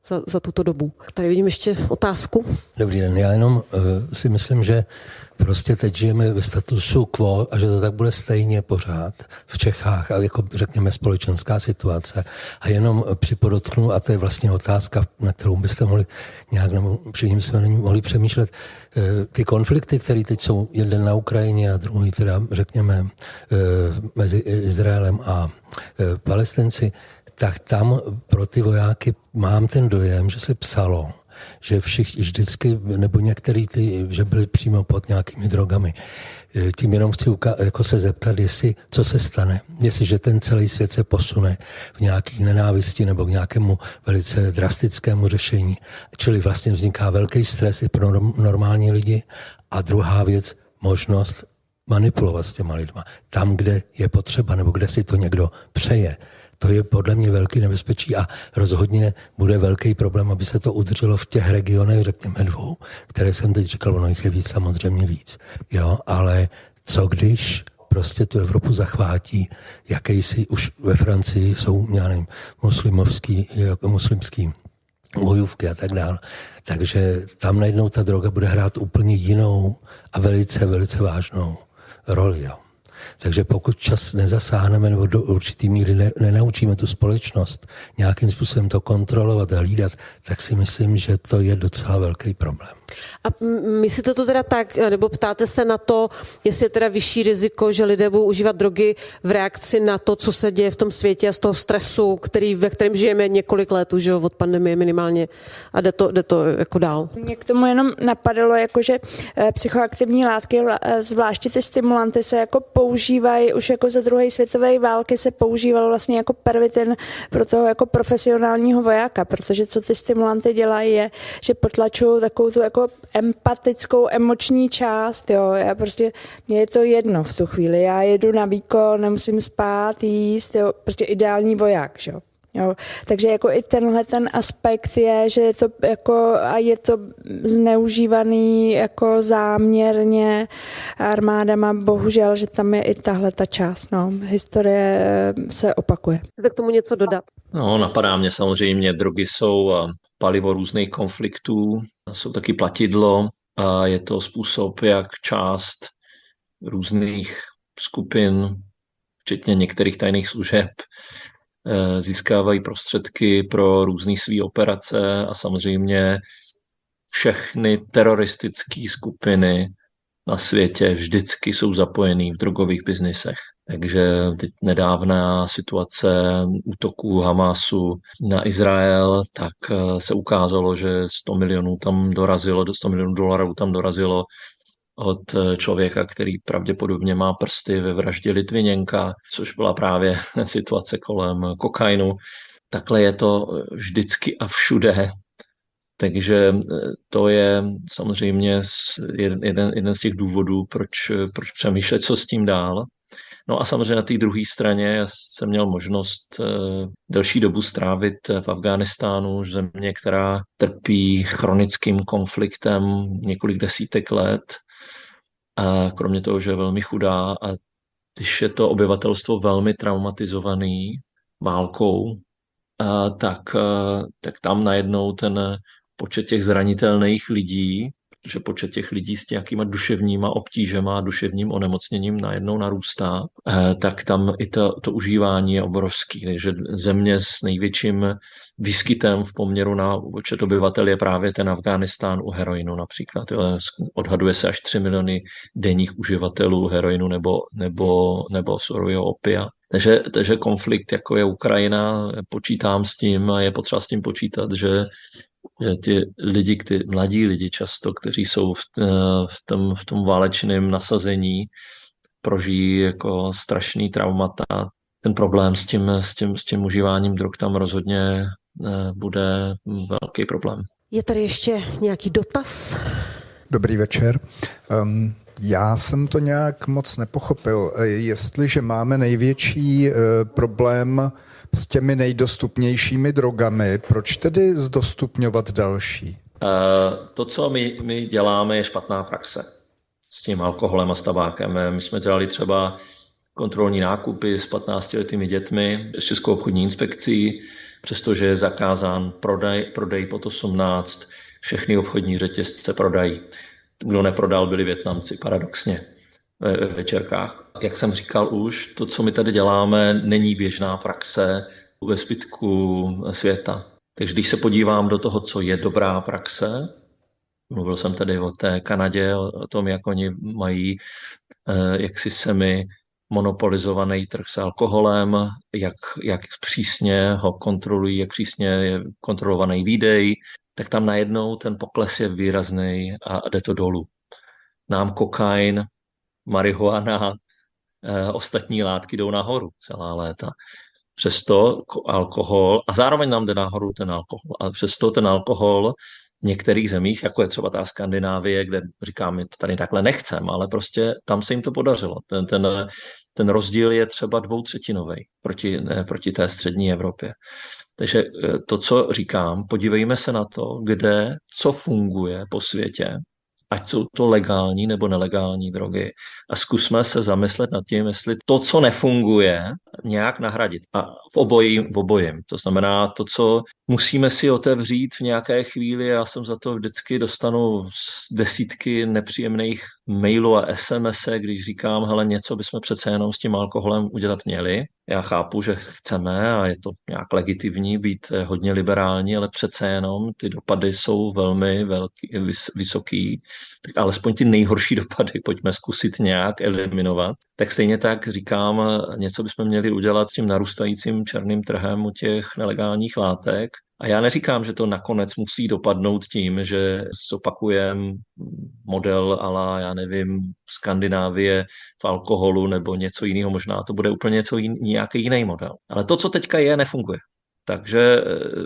C: za tuto dobu. Tady vidím ještě otázku.
I: Dobrý den, já jenom si myslím, že prostě teď žijeme ve statusu quo a že to tak bude stejně pořád v Čechách, ale jako řekněme společenská situace. A jenom připodotknu, a to je vlastně otázka, na kterou byste mohli nějak, nebo při ním jsme mohli přemýšlet, ty konflikty, které teď jsou jeden na Ukrajině a druhý teda řekněme mezi Izraelem a Palestinci, tak tam pro ty vojáky mám ten dojem, že se psalo, že všichni vždycky, nebo některý že byli přímo pod nějakými drogami. Tím jenom chci jako se zeptat, co se stane, jestliže ten celý svět se posune v nějaký nenávisti nebo k nějakému velice drastickému řešení. Čili vlastně vzniká velký stres i pro normální lidi. A druhá věc, možnost manipulovat s těma lidma. Tam, kde je potřeba, nebo kde si to někdo přeje. To je podle mě velký nebezpečí a rozhodně bude velký problém, aby se to udrželo v těch regionech, řekněme 2, které jsem teď říkal, ono jich je víc, samozřejmě víc. Jo, ale co když prostě tu Evropu zachvátí, jakýsi už ve Francii jsou, já nevím, muslimský bojůvky a tak dále. Takže tam najednou ta droga bude hrát úplně jinou a velice, velice vážnou roli, jo. Takže pokud čas nezasáhneme nebo do určitý míry nenaučíme tu společnost nějakým způsobem to kontrolovat a hlídat, tak si myslím, že to je docela velký problém.
C: A myslíte to teda tak, nebo ptáte se na to, jestli je teda vyšší riziko, že lidé budou užívat drogy v reakci na to, co se děje v tom světě a z toho stresu, ve kterém žijeme několik let už od pandemie minimálně a jde to jako dál?
E: Mě k tomu jenom napadalo, jakože psychoaktivní látky, zvláště ty stimulanty se jako používají, už jako za druhé světové války se používal vlastně jako pervitin pro toho jako profesionálního vojáka, protože co ty stimulanty dělají je, že potlačují takovou tu jako empatickou emoční část, jo, mně je to jedno v tu chvíli, já jedu na výkon, nemusím spát, jíst, jo, prostě ideální voják, jo. Jo, takže jako i ten aspekt je, že je to jako a je to zneužívaný jako záměrně armádama, bohužel, že tam je i tahle ta část, no. Historie se opakuje.
C: Chcete k tomu něco dodat?
D: No, napadá mě samozřejmě, drogy jsou palivo různých konfliktů, jsou taky platidlo a je to způsob, jak část různých skupin, včetně některých tajných služeb, získávají prostředky pro různé své operace a samozřejmě všechny teroristické skupiny na světě vždycky jsou zapojený v drogových biznisech. Takže teď nedávná situace útoků Hamasu na Izrael, tak se ukázalo, že 100 milionů tam dorazilo, $100 milionů tam dorazilo od člověka, který pravděpodobně má prsty ve vraždě Litviněnka, což byla právě situace kolem kokainu. Takhle je to vždycky a všude. Takže to je samozřejmě jeden z těch důvodů, proč přemýšlet, co s tím dál. No a samozřejmě na té druhé straně jsem měl možnost delší dobu strávit v Afghánistánu, země, která trpí chronickým konfliktem několik desítek let. A kromě toho, že je velmi chudá a když je to obyvatelstvo velmi traumatizovaný válkou, tak tam najednou ten počet těch zranitelných lidí, protože počet těch lidí s nějakýma duševníma obtížema a duševním onemocněním najednou narůstá, tak tam i to užívání je obrovský. Takže země s největším výskytem v poměru na počet obyvatel je právě ten Afghánistán u heroinu například. Odhaduje se až 3 miliony denních uživatelů heroinu nebo surového opia. Takže konflikt, jako je Ukrajina, počítám s tím a je potřeba s tím počítat, že ti lidi, mladí lidi často, kteří jsou v tom válečném nasazení, prožijí jako strašný traumata. Ten problém s tím užíváním drog tam rozhodně bude velký problém.
C: Je tady ještě nějaký dotaz?
J: Dobrý večer. Já jsem to nějak moc nepochopil. Jestliže máme největší problém s těmi nejdostupnějšími drogami, proč tedy zdostupňovat další?
D: To, co my děláme, je špatná praxe s tím alkoholem a s tabákem. My jsme dělali třeba kontrolní nákupy s 15letými dětmi s Českou obchodní inspekcí, přestože je zakázán prodej pod 18, všechny obchodní řetězce prodají. Kdo neprodal, byli Vietnamci, paradoxně, ve večerkách. Jak jsem říkal už, to, co my tady děláme, není běžná praxe ve zbytku světa. Takže když se podívám do toho, co je dobrá praxe, mluvil jsem tady o té Kanadě, o tom, jak oni mají jaksi monopolizovaný trh s alkoholem, jak přísně ho kontrolují, jak přísně je kontrolovaný výdej, tak tam najednou ten pokles je výrazný a jde to dolů. Nám kokain, marihuana, ostatní látky jdou nahoru celá léta. Přesto alkohol, a zároveň nám jde nahoru ten alkohol, a přesto ten alkohol v některých zemích, jako je třeba ta Skandinávie, kde říkám, my to tady takhle nechcem, ale prostě tam se jim to podařilo. Ten rozdíl je třeba 2/3 proti té střední Evropě. Takže to, co říkám, podívejme se na to, co funguje po světě, ať jsou to legální nebo nelegální drogy, a zkusme se zamyslet nad tím, jestli to, co nefunguje, nějak nahradit. A v obojím. To znamená to, co musíme si otevřít v nějaké chvíli. Já jsem za to vždycky dostanu desítky nepříjemných mailů a SMS, když říkám, hele, něco bychom přece jenom s tím alkoholem udělat měli. Já chápu, že chceme a je to nějak legitimní být hodně liberální, ale přece jenom ty dopady jsou velmi vysoký. Tak alespoň ty nejhorší dopady pojďme zkusit nějak eliminovat. Tak stejně tak říkám, něco bychom měli udělat s tím narůstajícím černým trhem u těch nelegálních látek. A já neříkám, že to nakonec musí dopadnout tím, že zopakujeme model ala, já nevím, Skandinávie v alkoholu nebo něco jiného. Možná to bude úplně nějaký jiný model. Ale to, co teďka je, nefunguje. Takže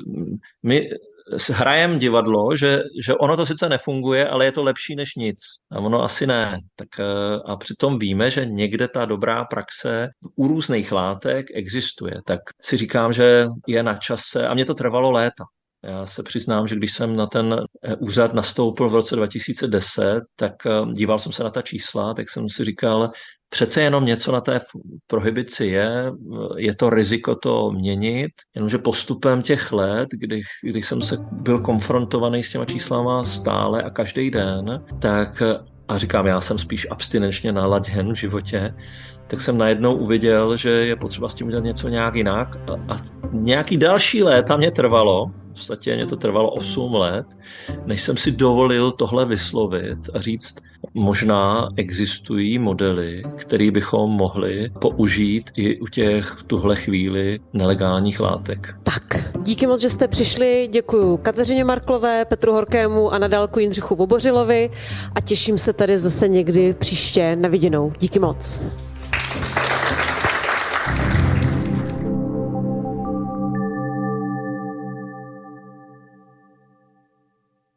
D: my hrajeme divadlo, že ono to sice nefunguje, ale je to lepší než nic. A ono asi ne. A přitom víme, že někde ta dobrá praxe u různých látek existuje. Tak si říkám, že je na čase, a mě to trvalo léta. Já se přiznám, že když jsem na ten úřad nastoupil v roce 2010, tak díval jsem se na ta čísla, tak jsem si říkal, přece jenom něco na té prohibici je to riziko to měnit, jenomže postupem těch let, když jsem se byl konfrontovaný s těma číslama stále a každý den, tak, a říkám, já jsem spíš abstinenčně naladěn v životě, tak jsem najednou uviděl, že je potřeba s tím udělat něco nějak jinak. A nějaký další léta mě trvalo, v podstatě mě to trvalo 8 let, než jsem si dovolil tohle vyslovit a říct, možná existují modely, které bychom mohli použít i u těch v tuhle chvíli nelegálních látek.
C: Tak, díky moc, že jste přišli. Děkuju Kateřině Marklové, Petru Horkému a na dálku Jindřichu Vobořilovi a těším se tady zase někdy příště na viděnou. Díky moc.